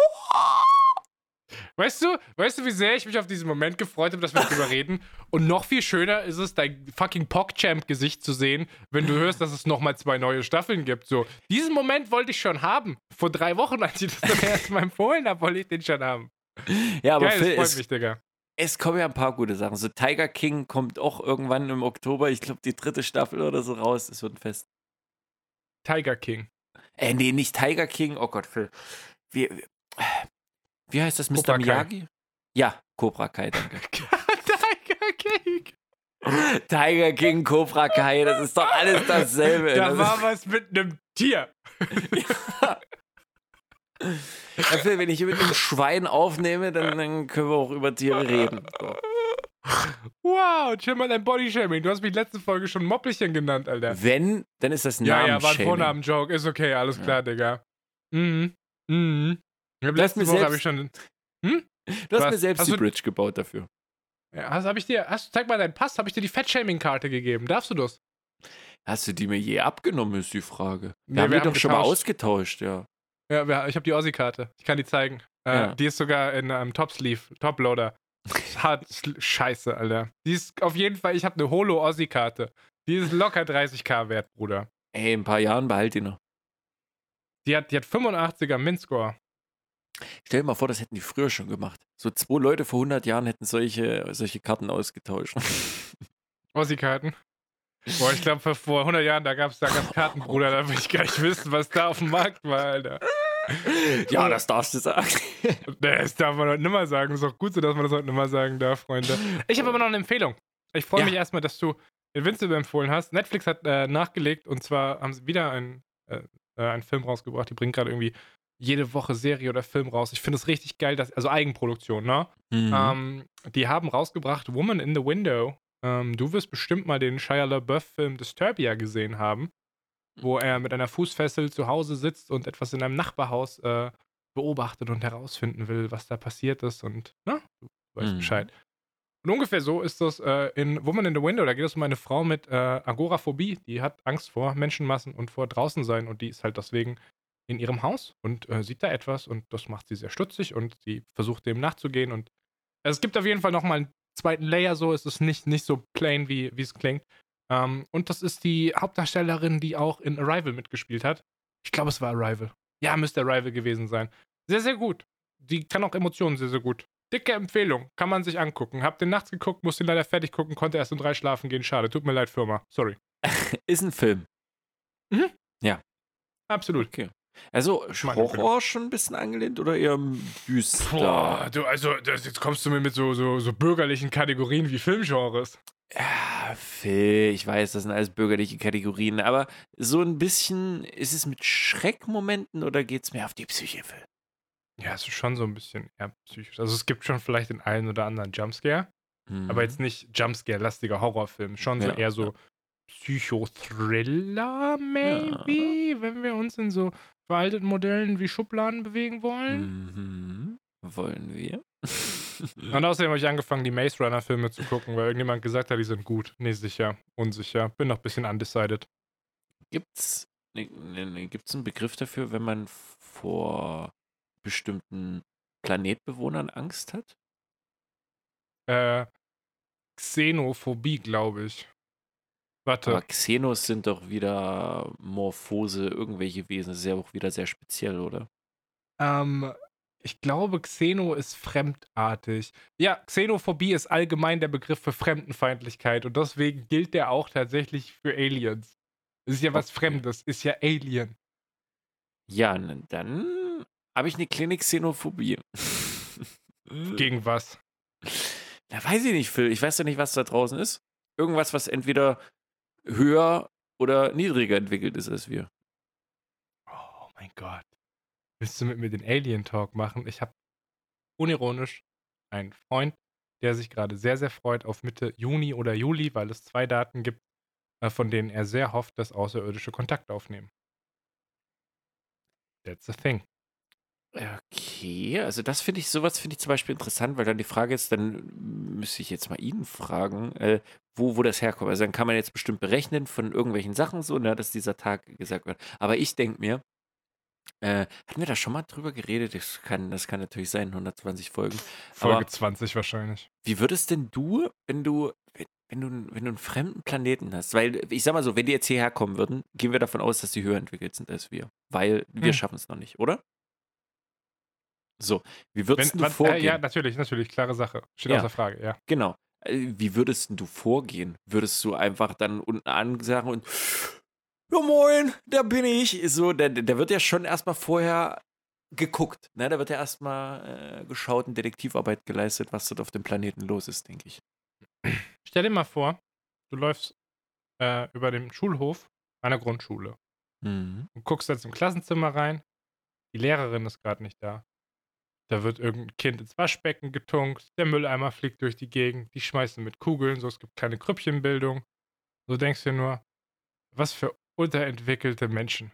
S2: Weißt du, weißt du, wie sehr ich mich auf diesen Moment gefreut habe, dass wir darüber reden? Und noch viel schöner ist es, dein fucking PogChamp-Gesicht zu sehen, wenn du hörst, dass es nochmal zwei neue Staffeln gibt. So, diesen Moment wollte ich schon haben. Vor drei Wochen, als ich das dann erst mal empfohlen habe, wollte ich den schon haben.
S3: Ja, aber
S2: Geil,
S3: Phil,
S2: das freut
S3: es,
S2: mich, Digga.
S3: es kommen ja ein paar gute Sachen. So Tiger King kommt auch irgendwann im Oktober, ich glaube die dritte Staffel oder so raus. Das wird ein Fest.
S2: Tiger King.
S3: Äh, nee, nicht Tiger King. Oh Gott, Phil. Wie, wie heißt das, Mister
S2: Cobra Kai.
S3: Miyagi? Ja, Cobra Kai, danke.
S2: Tiger King.
S3: Tiger King, Cobra Kai, das ist doch alles dasselbe.
S2: Da
S3: das
S2: war was mit einem Tier.
S3: ist, ja, Phil, wenn ich mit einem Schwein aufnehme, dann, dann können wir auch über Tiere reden. So.
S2: Wow, chill mal dein Bodyshaming. Du hast mich letzte Folge schon Moppelchen genannt, Alter.
S3: Wenn, dann ist das
S2: Ja, ja, war ein
S3: Namensshaming.
S2: Vornamen-Joke. Ist okay, alles
S3: Ja.
S2: klar, Digga. Mhm. Mhm. Ich hab
S3: Du hast
S2: letzte
S3: mir
S2: Woche
S3: selbst-
S2: habe ich schon.
S3: Du hast
S2: Was?
S3: mir selbst
S2: Hast
S3: die
S2: du-
S3: Bridge gebaut dafür.
S2: Ja, hast, hab ich dir. Hast, zeig mal deinen Pass. Habe ich dir die Fettshaming-Karte gegeben? Darfst du das?
S3: Hast du die mir je abgenommen, ist die Frage. Wir
S2: Nee,
S3: haben
S2: wir
S3: die
S2: haben
S3: doch schon mal
S2: getauscht.
S3: ausgetauscht, ja.
S2: Ja, wir- ich habe die Aussie-Karte. Ich kann die zeigen. Äh,
S3: Ja.
S2: Die ist sogar in einem Top-Sleeve, Top-Loader. Ist Hart sl- scheiße, Alter. Die ist auf jeden Fall, ich habe eine Holo-Aussie-Karte. Die ist locker dreißig K wert, Bruder.
S3: Ey, in ein paar Jahren behalt die noch.
S2: Die hat, die hat fünfundachtziger Min-Score.
S3: Stell dir mal vor, das hätten die früher schon gemacht. So zwei Leute vor hundert Jahren hätten solche, solche Karten ausgetauscht.
S2: Aussie-Karten. Boah, ich glaube, vor hundert Jahren, da gab es da gab's Karten, Bruder. Da will ich gar nicht wissen, was da auf dem Markt war, Alter.
S3: Ja, das darfst du sagen.
S2: Das darf man heute nimmer sagen. Ist auch gut so, dass man das heute nimmer sagen darf, Freunde. Ich habe aber noch eine Empfehlung. Ich freue
S3: Ja.
S2: mich erstmal, dass du Invincible empfohlen hast. Netflix hat äh, nachgelegt und zwar haben sie wieder ein äh, äh, einen Film rausgebracht. Die bringen gerade irgendwie jede Woche Serie oder Film raus. Ich finde es richtig geil, dass, also Eigenproduktion, ne?
S3: Mhm.
S2: Ähm, die haben rausgebracht Woman in the Window. Ähm, du wirst bestimmt mal den Shia LaBeouf-Film Disturbia gesehen haben, wo er mit einer Fußfessel zu Hause sitzt und etwas in einem Nachbarhaus äh, beobachtet und herausfinden will, was da passiert ist und, ne? Du weißt
S3: Mhm.
S2: Bescheid. Und ungefähr so ist das äh, in Woman in the Window. Da geht es um eine Frau mit äh, Agoraphobie. Die hat Angst vor Menschenmassen und vor draußen sein. Und die ist halt deswegen in ihrem Haus und äh, sieht da etwas. Und das macht sie sehr stutzig. Und sie versucht dem nachzugehen. Und es gibt auf jeden Fall nochmal einen zweiten Layer. So es ist nicht, nicht so plain, wie wie es klingt. Ähm, und das ist die Hauptdarstellerin, die auch in Arrival mitgespielt hat. Ich glaube, es war Arrival. Ja, müsste Arrival gewesen sein. Sehr, sehr gut. Die kann auch Emotionen sehr, sehr gut. Dicke Empfehlung, kann man sich angucken. Hab den nachts geguckt, musste ihn leider fertig gucken, konnte erst um drei schlafen gehen. Schade, tut mir leid, Firma. Sorry.
S3: Ist ein Film.
S2: Mhm.
S3: Ja.
S2: Absolut.
S3: Okay. Also
S2: Meine Empfehlung.
S3: Horror schon ein bisschen angelehnt oder eher düster?
S2: Boah, du, also, das, jetzt kommst du mir mit so, so, so bürgerlichen Kategorien wie Filmgenres.
S3: Ja, Phil, ich weiß, das sind alles bürgerliche Kategorien, aber so ein bisschen, ist es mit Schreckmomenten oder geht es mehr auf die Psyche, Phil?
S2: Ja, es ist schon so ein bisschen eher psychisch. Also, es gibt schon vielleicht den einen oder anderen Jumpscare, aber jetzt
S3: Mhm.
S2: nicht Jumpscare-lastiger Horrorfilm. Schon so
S3: Ja,
S2: eher
S3: ja.
S2: so Psychothriller,
S3: Ja.
S2: maybe, wenn wir uns in so veralteten Modellen wie Schubladen bewegen wollen.
S3: Mhm. Wollen wir?
S2: Und außerdem habe ich angefangen, die Maze Runner-Filme zu gucken, weil irgendjemand gesagt hat, die sind gut. Nee, sicher, unsicher. Bin noch ein bisschen undecided.
S3: Gibt's, ne, ne, ne, gibt's einen Begriff dafür, wenn man vor bestimmten Planetbewohnern Angst hat?
S2: Äh, Xenophobie, glaube ich.
S3: Aber
S2: Warte.
S3: Xenos sind doch wieder Morphose, irgendwelche Wesen. Das ist ja auch wieder sehr speziell, oder?
S2: Ähm, ich glaube, Xeno ist fremdartig. Ja, Xenophobie ist allgemein der Begriff für Fremdenfeindlichkeit und deswegen gilt der auch tatsächlich für Aliens. Es ist ja was
S3: Okay.
S2: Fremdes, ist ja Alien.
S3: Ja, ne, dann habe ich eine kleine Xenophobie.
S2: Gegen was?
S3: Da weiß ich nicht, Phil. Ich weiß ja nicht, was da draußen ist. Irgendwas, was entweder höher oder niedriger entwickelt ist als wir.
S2: Oh mein Gott. Willst du mit mir den Alien-Talk machen? Ich habe unironisch einen Freund, der sich gerade sehr, sehr freut auf Mitte Juni oder Juli, weil es zwei Daten gibt, äh, von denen er sehr hofft, dass Außerirdische Kontakt aufnehmen. That's the thing.
S3: Okay, also das finde ich, sowas finde ich zum Beispiel interessant, weil dann die Frage ist, dann müsste ich jetzt mal ihn fragen, äh, wo, wo das herkommt. Also dann kann man jetzt bestimmt berechnen von irgendwelchen Sachen so, ne, dass dieser Tag gesagt wird. Aber ich denke mir, äh, hatten wir da schon mal drüber geredet? Das kann, das kann natürlich sein, hundertzwanzig Folgen.
S2: Folge
S3: Aber
S2: zwanzig wahrscheinlich.
S3: wie würdest denn du, wenn du, wenn, wenn du, wenn du einen fremden Planeten hast, weil ich sag mal so, wenn die jetzt hierher kommen würden, gehen wir davon aus, dass die höher entwickelt sind als wir, weil wir
S2: Hm.
S3: schaffen es noch nicht, oder? So, wie
S2: Wenn,
S3: würdest du
S2: wann, äh, ja,
S3: vorgehen?
S2: natürlich, natürlich, klare Sache. Steht
S3: Ja,
S2: außer Frage, ja.
S3: genau. Äh, Wie würdest denn du vorgehen? Würdest du einfach dann unten ansagen und ja moin, da bin ich. So, da, da wird ja schon erstmal vorher geguckt. Ne? Da wird ja erstmal äh, geschaut und Detektivarbeit geleistet, was dort auf dem Planeten los ist, denke ich.
S2: Stell dir mal vor, du läufst äh, über den Schulhof einer Grundschule
S3: Mhm.
S2: und guckst jetzt im Klassenzimmer rein. Die Lehrerin ist gerade nicht da. Da wird irgendein Kind ins Waschbecken getunkt, der Mülleimer fliegt durch die Gegend, die schmeißen mit Kugeln, so es gibt keine Krüppchenbildung. So denkst du dir nur, was für unterentwickelte Menschen.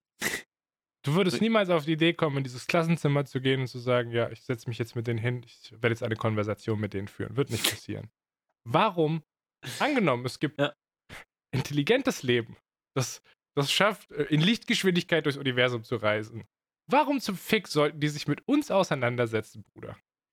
S2: Du würdest niemals auf die Idee kommen, in dieses Klassenzimmer zu gehen und zu sagen, ja, ich setze mich jetzt mit denen hin, ich werde jetzt eine Konversation mit denen führen. Wird nicht passieren. Warum? Angenommen, es gibt
S3: Ja.
S2: intelligentes Leben, das, das schafft, äh, in Lichtgeschwindigkeit durchs Universum zu reisen. Warum zum Fick sollten die sich mit uns auseinandersetzen, Bruder?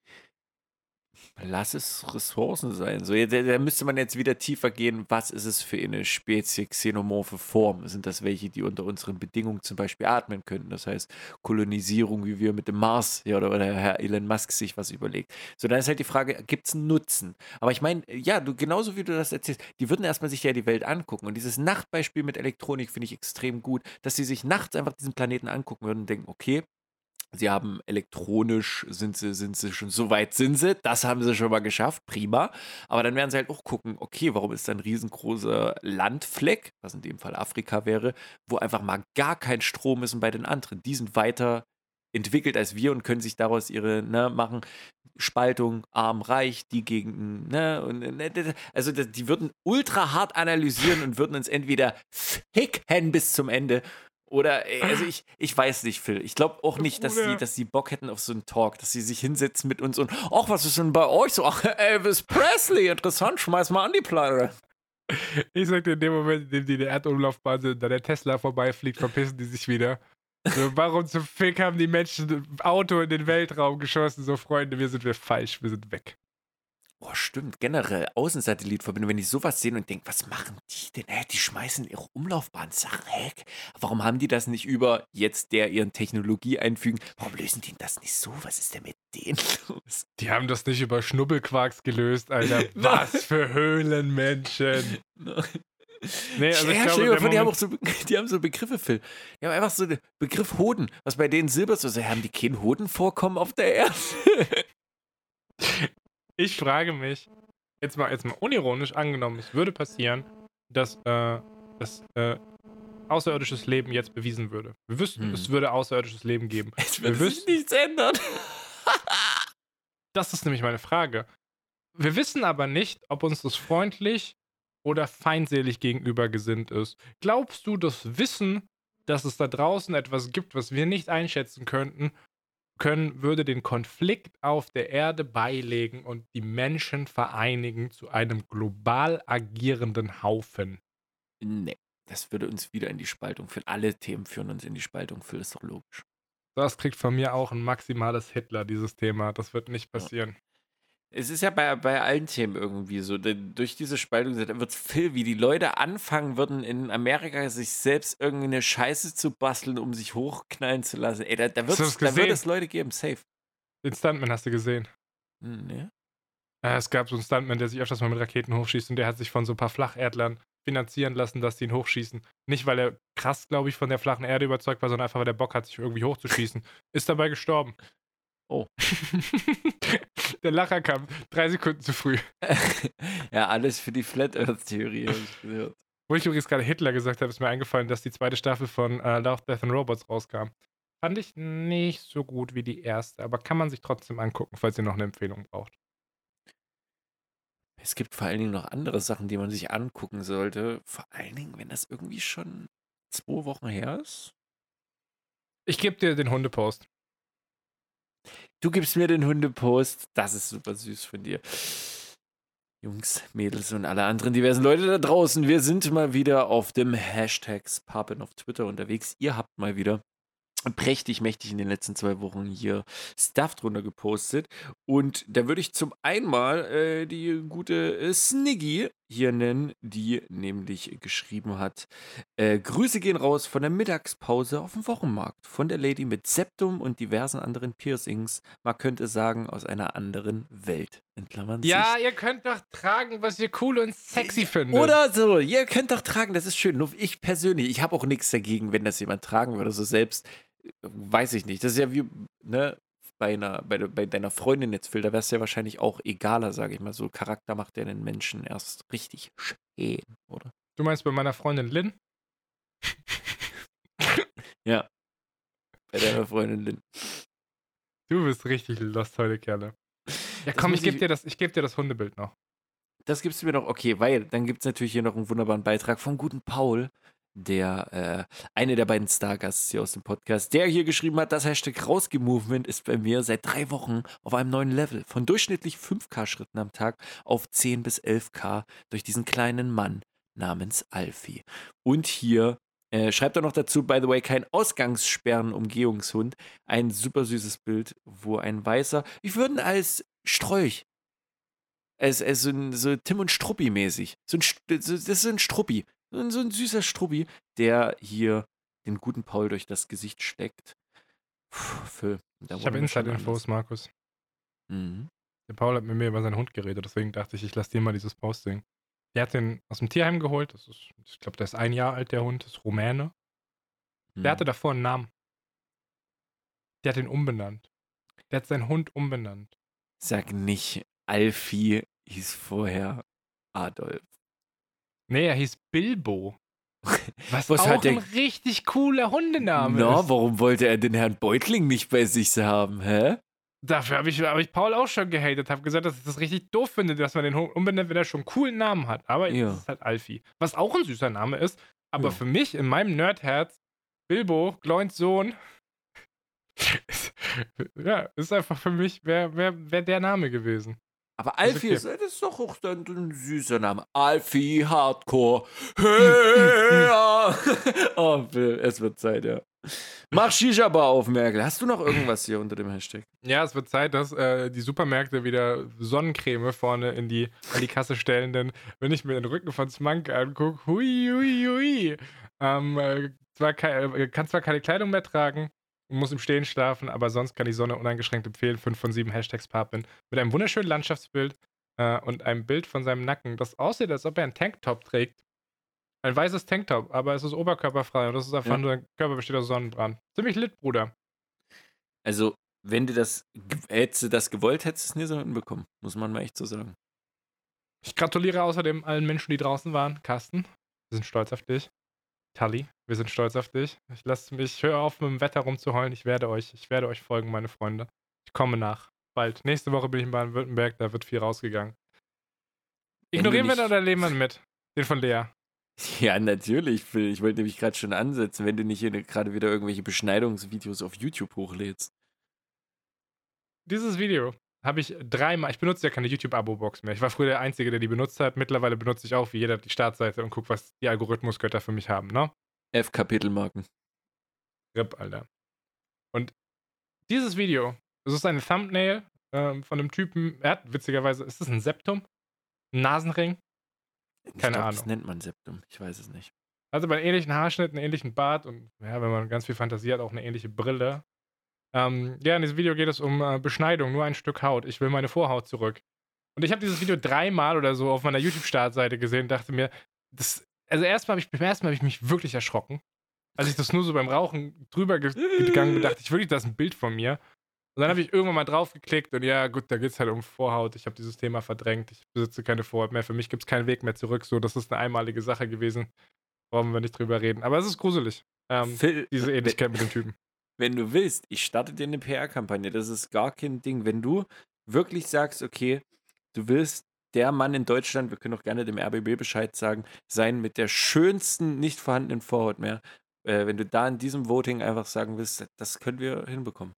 S3: Lass es Ressourcen sein. So, da, da müsste man jetzt wieder tiefer gehen. Was ist es für eine Spezie xenomorphe Form? Sind das welche, die unter unseren Bedingungen zum Beispiel atmen können? Das heißt, Kolonisierung, wie wir mit dem Mars, ja, oder, oder Herr Elon Musk sich was überlegt. So, dann ist halt die Frage, gibt es einen Nutzen? Aber ich meine, ja, du, genauso wie du das erzählst, die würden erstmal sich ja die Welt angucken. Und dieses Nachtbeispiel mit Elektronik finde ich extrem gut, dass sie sich nachts einfach diesen Planeten angucken würden und denken, okay, Sie haben elektronisch, sind sie, sind sie schon, so weit sind sie, das haben sie schon mal geschafft, prima. Aber dann werden sie halt auch gucken, okay, warum ist da ein riesengroßer Landfleck, was in dem Fall Afrika wäre, wo einfach mal gar kein Strom ist und bei den anderen, die sind weiter entwickelt als wir und können sich daraus ihre, ne, machen, Spaltung, arm, reich, die Gegenden, ne, und, ne, d- d- also d- die würden ultra hart analysieren und würden uns entweder ficken bis zum Ende oder, äh, also ich, ich weiß nicht, Phil. Ich glaube auch nicht, dass sie,
S2: Bruder.
S3: dass sie Bock hätten auf so einen Talk, dass sie sich hinsetzen mit uns und, ach, was ist denn bei euch so? Ach, Elvis Presley, interessant, schmeiß mal an die Platte.
S2: Ich sag dir, in dem Moment, in dem die in der Erdumlaufbahn sind, da der Tesla vorbeifliegt, verpissen die sich wieder. So, warum zum Fick haben die Menschen ein Auto in den Weltraum geschossen? So, Freunde, wir sind wir falsch, wir sind weg.
S3: Boah, stimmt, generell Außensatellitverbindung, wenn die sowas sehen und denken, was machen die denn? Hä, die schmeißen ihre Umlaufbahn Sachen weg. Warum haben die das nicht über jetzt der ihren Technologie einfügen? Warum lösen die das nicht so? Was ist denn mit denen los?
S2: Die haben das nicht über Schnubbelquarks gelöst, Alter. Was für Höhlenmenschen. Nee, also ich
S3: ja,
S2: glaube,
S3: stell dir
S2: der
S3: mal vor, die haben, auch
S2: Moment,
S3: so, die haben so Begriffe, Phil. Die haben einfach so den Begriff Hoden, was bei denen Silber so, so haben die kein Hodenvorkommen auf der Erde?
S2: ich frage mich, jetzt mal, jetzt mal unironisch angenommen, es würde passieren, dass, äh, dass äh, außerirdisches Leben jetzt bewiesen würde. Wir wüssten,
S3: Hm.
S2: es würde außerirdisches Leben geben.
S3: Es
S2: Wir
S3: wird sich
S2: wüssten,
S3: nichts ändern.
S2: das ist nämlich meine Frage. Wir wissen aber nicht, ob uns das freundlich oder feindselig gegenüber gesinnt ist. Glaubst du, das Wissen, dass es da draußen etwas gibt, was wir nicht einschätzen könnten, können, würde den Konflikt auf der Erde beilegen und die Menschen vereinigen zu einem global agierenden Haufen?
S3: Nee, das würde uns wieder in die Spaltung führen. Alle Themen führen uns in die Spaltung, Phil, ist doch logisch.
S2: Das kriegt von mir auch ein maximales Hitler, dieses Thema. Das wird nicht
S3: Ja.
S2: passieren.
S3: Es ist ja bei, bei allen Themen irgendwie so. Denn durch diese Spaltung wird Phil, wie die Leute anfangen würden, in Amerika sich selbst irgendeine Scheiße zu basteln, um sich hochknallen zu lassen. Ey, da, da,
S2: Hast du
S3: wird's,
S2: das
S3: da wird
S2: gesehen?
S3: es Leute geben, safe.
S2: Den Stuntman hast du gesehen.
S3: Hm, ne?
S2: Äh, es gab so einen Stuntman, der sich öfters mal mit Raketen hochschießt und der hat sich von so ein paar Flacherdlern finanzieren lassen, dass die ihn hochschießen. Nicht, weil er krass, glaube ich, von der flachen Erde überzeugt war, sondern einfach, weil der Bock hat, sich irgendwie hochzuschießen. Ist dabei gestorben.
S3: Oh.
S2: Der Lacher kam drei Sekunden zu früh.
S3: Ja, alles für die Flat Earth-Theorie, habe ich gehört.
S2: Wo ich übrigens gerade Hitler gesagt habe, ist mir eingefallen, dass die zweite Staffel von äh, Love, Death and Robots rauskam. Fand ich nicht so gut wie die erste, aber kann man sich trotzdem angucken, falls ihr noch eine Empfehlung braucht.
S3: Es gibt vor allen Dingen noch andere Sachen, die man sich angucken sollte. Vor allen Dingen, wenn das irgendwie schon zwei Wochen her ist.
S2: Ich gebe dir den Hundepost.
S3: Du gibst mir den Hundepost. Das ist super süß von dir. Jungs, Mädels und alle anderen diversen Leute da draußen. Wir sind mal wieder auf dem Hashtag Papen auf Twitter unterwegs. Ihr habt mal wieder prächtig, mächtig in den letzten zwei Wochen hier Stuff drunter gepostet. Und da würde ich zum einen mal äh, die gute äh, Sniggy hier nennen, die nämlich geschrieben hat, äh, Grüße gehen raus von der Mittagspause auf dem Wochenmarkt. Von der Lady mit Septum und diversen anderen Piercings. Man könnte sagen, aus einer anderen Welt. In Klammern
S2: Ja,
S3: Sicht.
S2: ihr könnt doch tragen, was ihr cool und sexy findet.
S3: Oder so, ihr könnt doch tragen, das ist schön. Nur ich persönlich, ich habe auch nichts dagegen, wenn das jemand tragen würde. So selbst, äh, weiß ich nicht. Das ist ja wie, ne, bei, einer, bei, de- bei deiner Freundin jetzt, Phil, da wäre es ja wahrscheinlich auch egaler, sage ich mal. So Charakter macht ja den Menschen erst richtig schön, oder?
S2: Du meinst bei meiner Freundin Lynn?
S3: Ja. Bei deiner Freundin Lynn.
S2: Du bist richtig lost heute, Kerle. Ja,
S3: Das
S2: komm,
S3: muss
S2: ich gebe
S3: ich-
S2: dir, das- ich geb dir das Hundebild noch.
S3: Das gibst du mir noch, okay, weil dann gibt es natürlich hier noch einen wunderbaren Beitrag vom guten Paul, der, äh, eine der beiden Stargasts hier aus dem Podcast, der hier geschrieben hat, das Hashtag Rausge-Movement ist bei mir seit drei Wochen auf einem neuen Level. Von durchschnittlich fünf K Schritten am Tag auf zehn bis elf K durch diesen kleinen Mann namens Alfie. Und hier äh, schreibt er noch dazu, by the way, kein Ausgangssperren-Umgehungshund. Ein super süßes Bild, wo ein weißer, ich würde ihn als Strolch, als, als so, ein, so Tim und Struppi mäßig. So ein, St- so- das ist so ein Struppi. So ein, so ein süßer Struppi, der hier den guten Paul durch das Gesicht steckt. Puh, Phil, da
S2: Ich habe
S3: wollen wir schon
S2: Inside-Infos, Markus.
S3: anders. Mhm.
S2: Der Paul hat mit mir über seinen Hund geredet, deswegen dachte ich, ich lasse dir mal dieses Posting. Der hat den aus dem Tierheim geholt. Das ist, ich glaube, der ist ein Jahr alt, der Hund, ist Rumäne. Der
S3: Mhm.
S2: hatte davor einen Namen. Der hat ihn umbenannt. Der hat seinen Hund umbenannt.
S3: Sag nicht, Alfie hieß vorher Adolf.
S2: Nee, er hieß Bilbo. Was,
S3: Was
S2: auch
S3: hat der-
S2: ein richtig cooler Hundename
S3: Na,
S2: ist.
S3: warum wollte er den Herrn Beutling nicht bei sich haben, hä?
S2: Dafür habe ich, hab ich Paul auch schon gehatet. Habe gesagt, dass ich das richtig doof finde, dass man den Hund umbenennt, wenn er schon einen coolen Namen hat. Aber
S3: Ja.
S2: es ist halt Alfie. Was auch ein süßer Name ist. Aber
S3: Ja.
S2: für mich, in meinem Nerdherz, Bilbo, Gloins Sohn, ist, ja, ist einfach für mich, wäre wär, wär der Name gewesen.
S3: Aber Alfie,
S2: okay.
S3: ist, das ist doch auch dann ein süßer Name. Alfie Hardcore. Hey, ja. Oh, Phil, es wird Zeit, ja. Mach Shisha-Bar auf, Merkel. Hast du noch irgendwas hier unter dem Hashtag?
S2: Ja, es wird Zeit, dass äh, die Supermärkte wieder Sonnencreme vorne in die, an die Kasse stellen, denn wenn ich mir den Rücken von Smank angucke, hui, hui, hui. Ähm, äh, zwar kei- äh, kann zwar keine Kleidung mehr tragen, muss im Stehen schlafen, aber sonst kann die Sonne uneingeschränkt empfehlen. fünf von sieben Hashtags Papin. Mit einem wunderschönen Landschaftsbild äh, und einem Bild von seinem Nacken, das aussieht, als ob er einen Tanktop trägt. Ein weißes Tanktop, aber es ist oberkörperfrei und das ist einfach
S3: Ja.
S2: nur, der Körper besteht aus Sonnenbrand. Ziemlich lit, Bruder.
S3: Also, wenn du das, hättest du das gewollt, hättest du es nie so hinbekommen. Muss man mal echt so sagen.
S2: Ich gratuliere außerdem allen Menschen, die draußen waren. Carsten, wir sind stolz auf dich. Tully, wir sind stolz auf dich. Ich lasse mich, hör auf, mit dem Wetter rumzuheulen. Ich werde euch, ich werde euch folgen, meine Freunde. Ich komme nach. Bald. Nächste Woche bin ich in Baden-Württemberg, da wird viel rausgegangen.
S3: Wenn
S2: Ignorieren
S3: du
S2: wir den
S3: nicht-
S2: oder leben wir mit? Den von Lea.
S3: Ja, natürlich, Phil. Ich wollte nämlich gerade schon ansetzen, wenn du nicht hier gerade wieder irgendwelche Beschneidungsvideos auf YouTube hochlädst.
S2: Dieses Video habe ich dreimal, ich benutze ja keine YouTube-Abo-Box mehr. Ich war früher der Einzige, der die benutzt hat. Mittlerweile benutze ich auch wie jeder die Startseite und gucke, was die Algorithmusgötter für mich haben, ne?
S3: F Kapitelmarken.
S2: RIP, Alter. Und dieses Video, das ist ein Thumbnail ähm, von einem Typen, er hat witzigerweise, ist das ein Septum? Ein Nasenring?
S3: Ich
S2: Keine
S3: glaub, Das
S2: Ahnung.
S3: nennt man Septum. Ich weiß es nicht.
S2: Also bei einem ähnlichen Haarschnitt, einen ähnlichen Bart und ja, wenn man ganz viel Fantasie hat, auch eine ähnliche Brille. Ähm, ja, in diesem Video geht es um äh, Beschneidung, nur ein Stück Haut. Ich will meine Vorhaut zurück. Und ich habe dieses Video dreimal oder so auf meiner YouTube-Startseite gesehen und dachte mir, das, also erstmal habe ich, beim ersten Mal habe ich mich wirklich erschrocken. Als ich das nur so beim Rauchen drüber ge- gegangen bin, dachte ich wirklich, das ist ein Bild von mir. Und dann habe ich irgendwann mal draufgeklickt und ja, gut, da geht es halt um Vorhaut. Ich habe dieses Thema verdrängt. Ich besitze keine Vorhaut mehr. Für mich gibt es keinen Weg mehr zurück. So, das ist eine einmalige Sache gewesen. Brauchen wir nicht drüber reden. Aber es ist gruselig, ähm,
S3: Phil,
S2: diese
S3: wenn-
S2: Ähnlichkeit mit dem Typen.
S3: wenn du willst, ich starte dir eine P R-Kampagne. Das ist gar kein Ding. Wenn du wirklich sagst, okay, du willst der Mann in Deutschland, wir können auch gerne dem R B B Bescheid sagen, sein mit der schönsten, nicht vorhandenen Vorhaut mehr. Äh, wenn du da in diesem Voting einfach sagen willst, das können wir hinbekommen.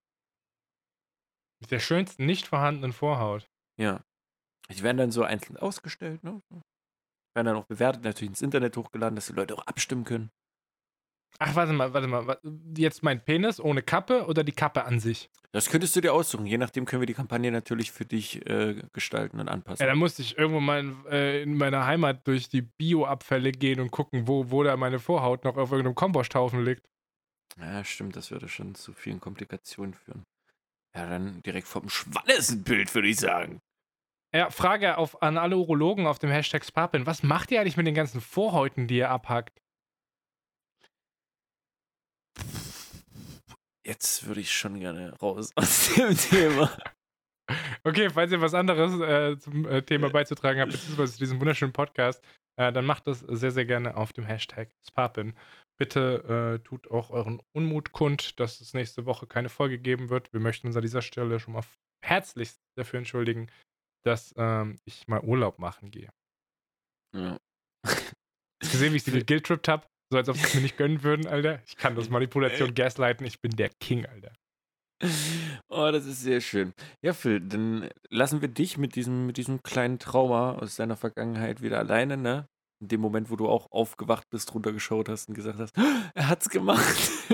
S2: Mit der schönsten nicht vorhandenen Vorhaut.
S3: Ja. Die werden dann so einzeln ausgestellt, ne? Werden dann auch bewertet, natürlich ins Internet hochgeladen, dass die Leute auch abstimmen können.
S2: Ach, warte mal, warte mal. wa- Jetzt mein Penis ohne Kappe oder die Kappe an sich?
S3: Das könntest du dir aussuchen. Je nachdem können wir die Kampagne natürlich für dich äh, gestalten und anpassen.
S2: Ja, dann musste ich irgendwo mal in, äh, in meiner Heimat durch die Bio-Abfälle gehen und gucken, wo, wo da meine Vorhaut noch auf irgendeinem Komposthaufen liegt.
S3: Ja, stimmt, das würde schon zu vielen Komplikationen führen. Ja, dann direkt vom Schwanne ist ein Bild, würde ich sagen.
S2: Ja, Frage auf, an alle Urologen auf dem Hashtag Spapin. Was macht ihr eigentlich mit den ganzen Vorhäuten, die ihr abhackt?
S3: Jetzt würde ich schon gerne raus aus dem Thema.
S2: Okay, falls ihr was anderes äh, zum äh, Thema beizutragen habt, beziehungsweise zu diesem wunderschönen Podcast, äh, dann macht das sehr, sehr gerne auf dem Hashtag Spapin. Bitte äh, tut auch euren Unmut kund, dass es nächste Woche keine Folge geben wird. Wir möchten uns an dieser Stelle schon mal herzlichst dafür entschuldigen, dass ähm, ich mal Urlaub machen gehe.
S3: Ja.
S2: Hast du gesehen, wie ich sie gegiltrippt habe? So als ob sie es mir nicht gönnen würden, Alter. Ich kann das Manipulation gaslighten. Ich bin der King, Alter.
S3: Oh, das ist sehr schön. Ja, Phil, dann lassen wir dich mit diesem, mit diesem kleinen Trauma aus deiner Vergangenheit wieder alleine, ne? In dem Moment, wo du auch aufgewacht bist, runtergeschaut hast und gesagt hast, er hat's gemacht.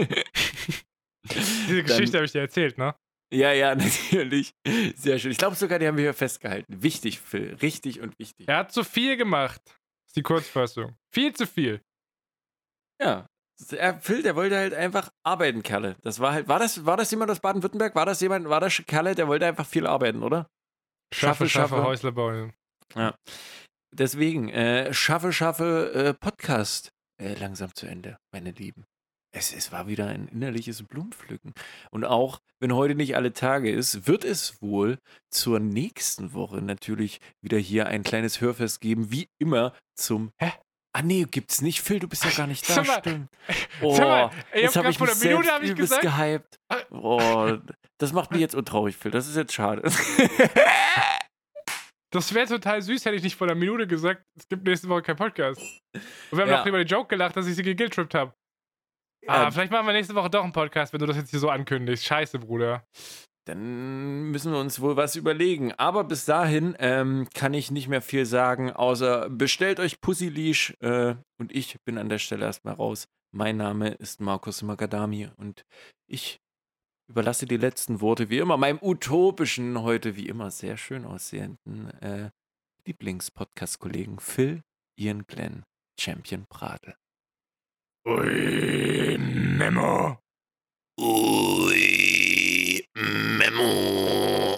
S2: Diese Geschichte habe ich dir erzählt, ne?
S3: Ja, ja, natürlich. Sehr schön. Ich glaube sogar, die haben wir hier festgehalten. Wichtig, Phil. Richtig und wichtig.
S2: Er hat zu viel gemacht. Das ist die Kurzfassung. Viel zu viel.
S3: Ja. Er, Phil, der wollte halt einfach arbeiten, Kerle. Das war halt, war das, war das jemand aus Baden-Württemberg? War das jemand, war das Kerle, der wollte einfach viel arbeiten, oder?
S2: Schaffe,
S3: Schaffe,
S2: schaffe,
S3: schaffe.
S2: Häusle bauen.
S3: Ja. Deswegen, äh, schaffe, schaffe, äh, Podcast. Äh, langsam zu Ende, meine Lieben. Es, es war wieder ein innerliches Blumenpflücken. Und auch wenn heute nicht alle Tage ist, wird es wohl zur nächsten Woche natürlich wieder hier ein kleines Hörfest geben, wie immer zum.
S2: Hä?
S3: Ah nee, gibt's nicht. Phil, du bist ja gar nicht da.
S2: Sag mal,
S3: Stimmt.
S2: Sag mal,
S3: Oh,
S2: ich
S3: jetzt
S2: hab
S3: habe
S2: grad
S3: ich
S2: vor
S3: mich
S2: einer Minute
S3: selbst
S2: hab ich
S3: übelst
S2: gesagt-
S3: gehypt. Oh, das macht mich jetzt untraurig, Phil. Das ist jetzt schade.
S2: Das wäre total süß, hätte ich nicht vor einer Minute gesagt, es gibt nächste Woche keinen Podcast. Und wir haben
S3: Ja.
S2: noch über den Joke gelacht, dass ich sie geguilt-trippt habe. Ah,
S3: Ja.
S2: vielleicht machen wir nächste Woche doch einen Podcast, wenn du das jetzt hier so ankündigst. Scheiße, Bruder.
S3: Dann müssen wir uns wohl was überlegen. Aber bis dahin ähm, kann ich nicht mehr viel sagen, außer bestellt euch Pussy Leash äh, und ich bin an der Stelle erstmal raus. Mein Name ist Markus Magadami und ich überlasse die letzten Worte wie immer meinem utopischen, heute wie immer sehr schön aussehenden äh, Lieblings-Podcast-Kollegen Phil, Ian Glenn, Champion Pradel.
S2: Ui, Memo.
S3: Ui, Memo.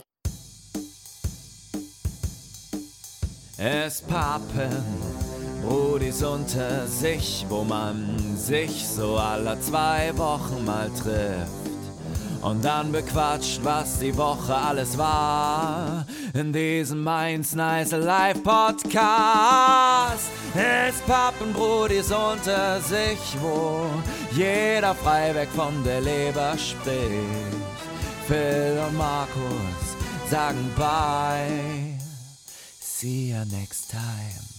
S1: Es pappen Brudis unter sich, wo man sich so alle zwei Wochen mal trifft und dann bequatscht, was die Woche alles war in diesem Mainz Nice Live Podcast. Es pappen Brudis unter sich, wo jeder frei weg von der Leber spricht. Phil und Markus sagen bye. See you next time.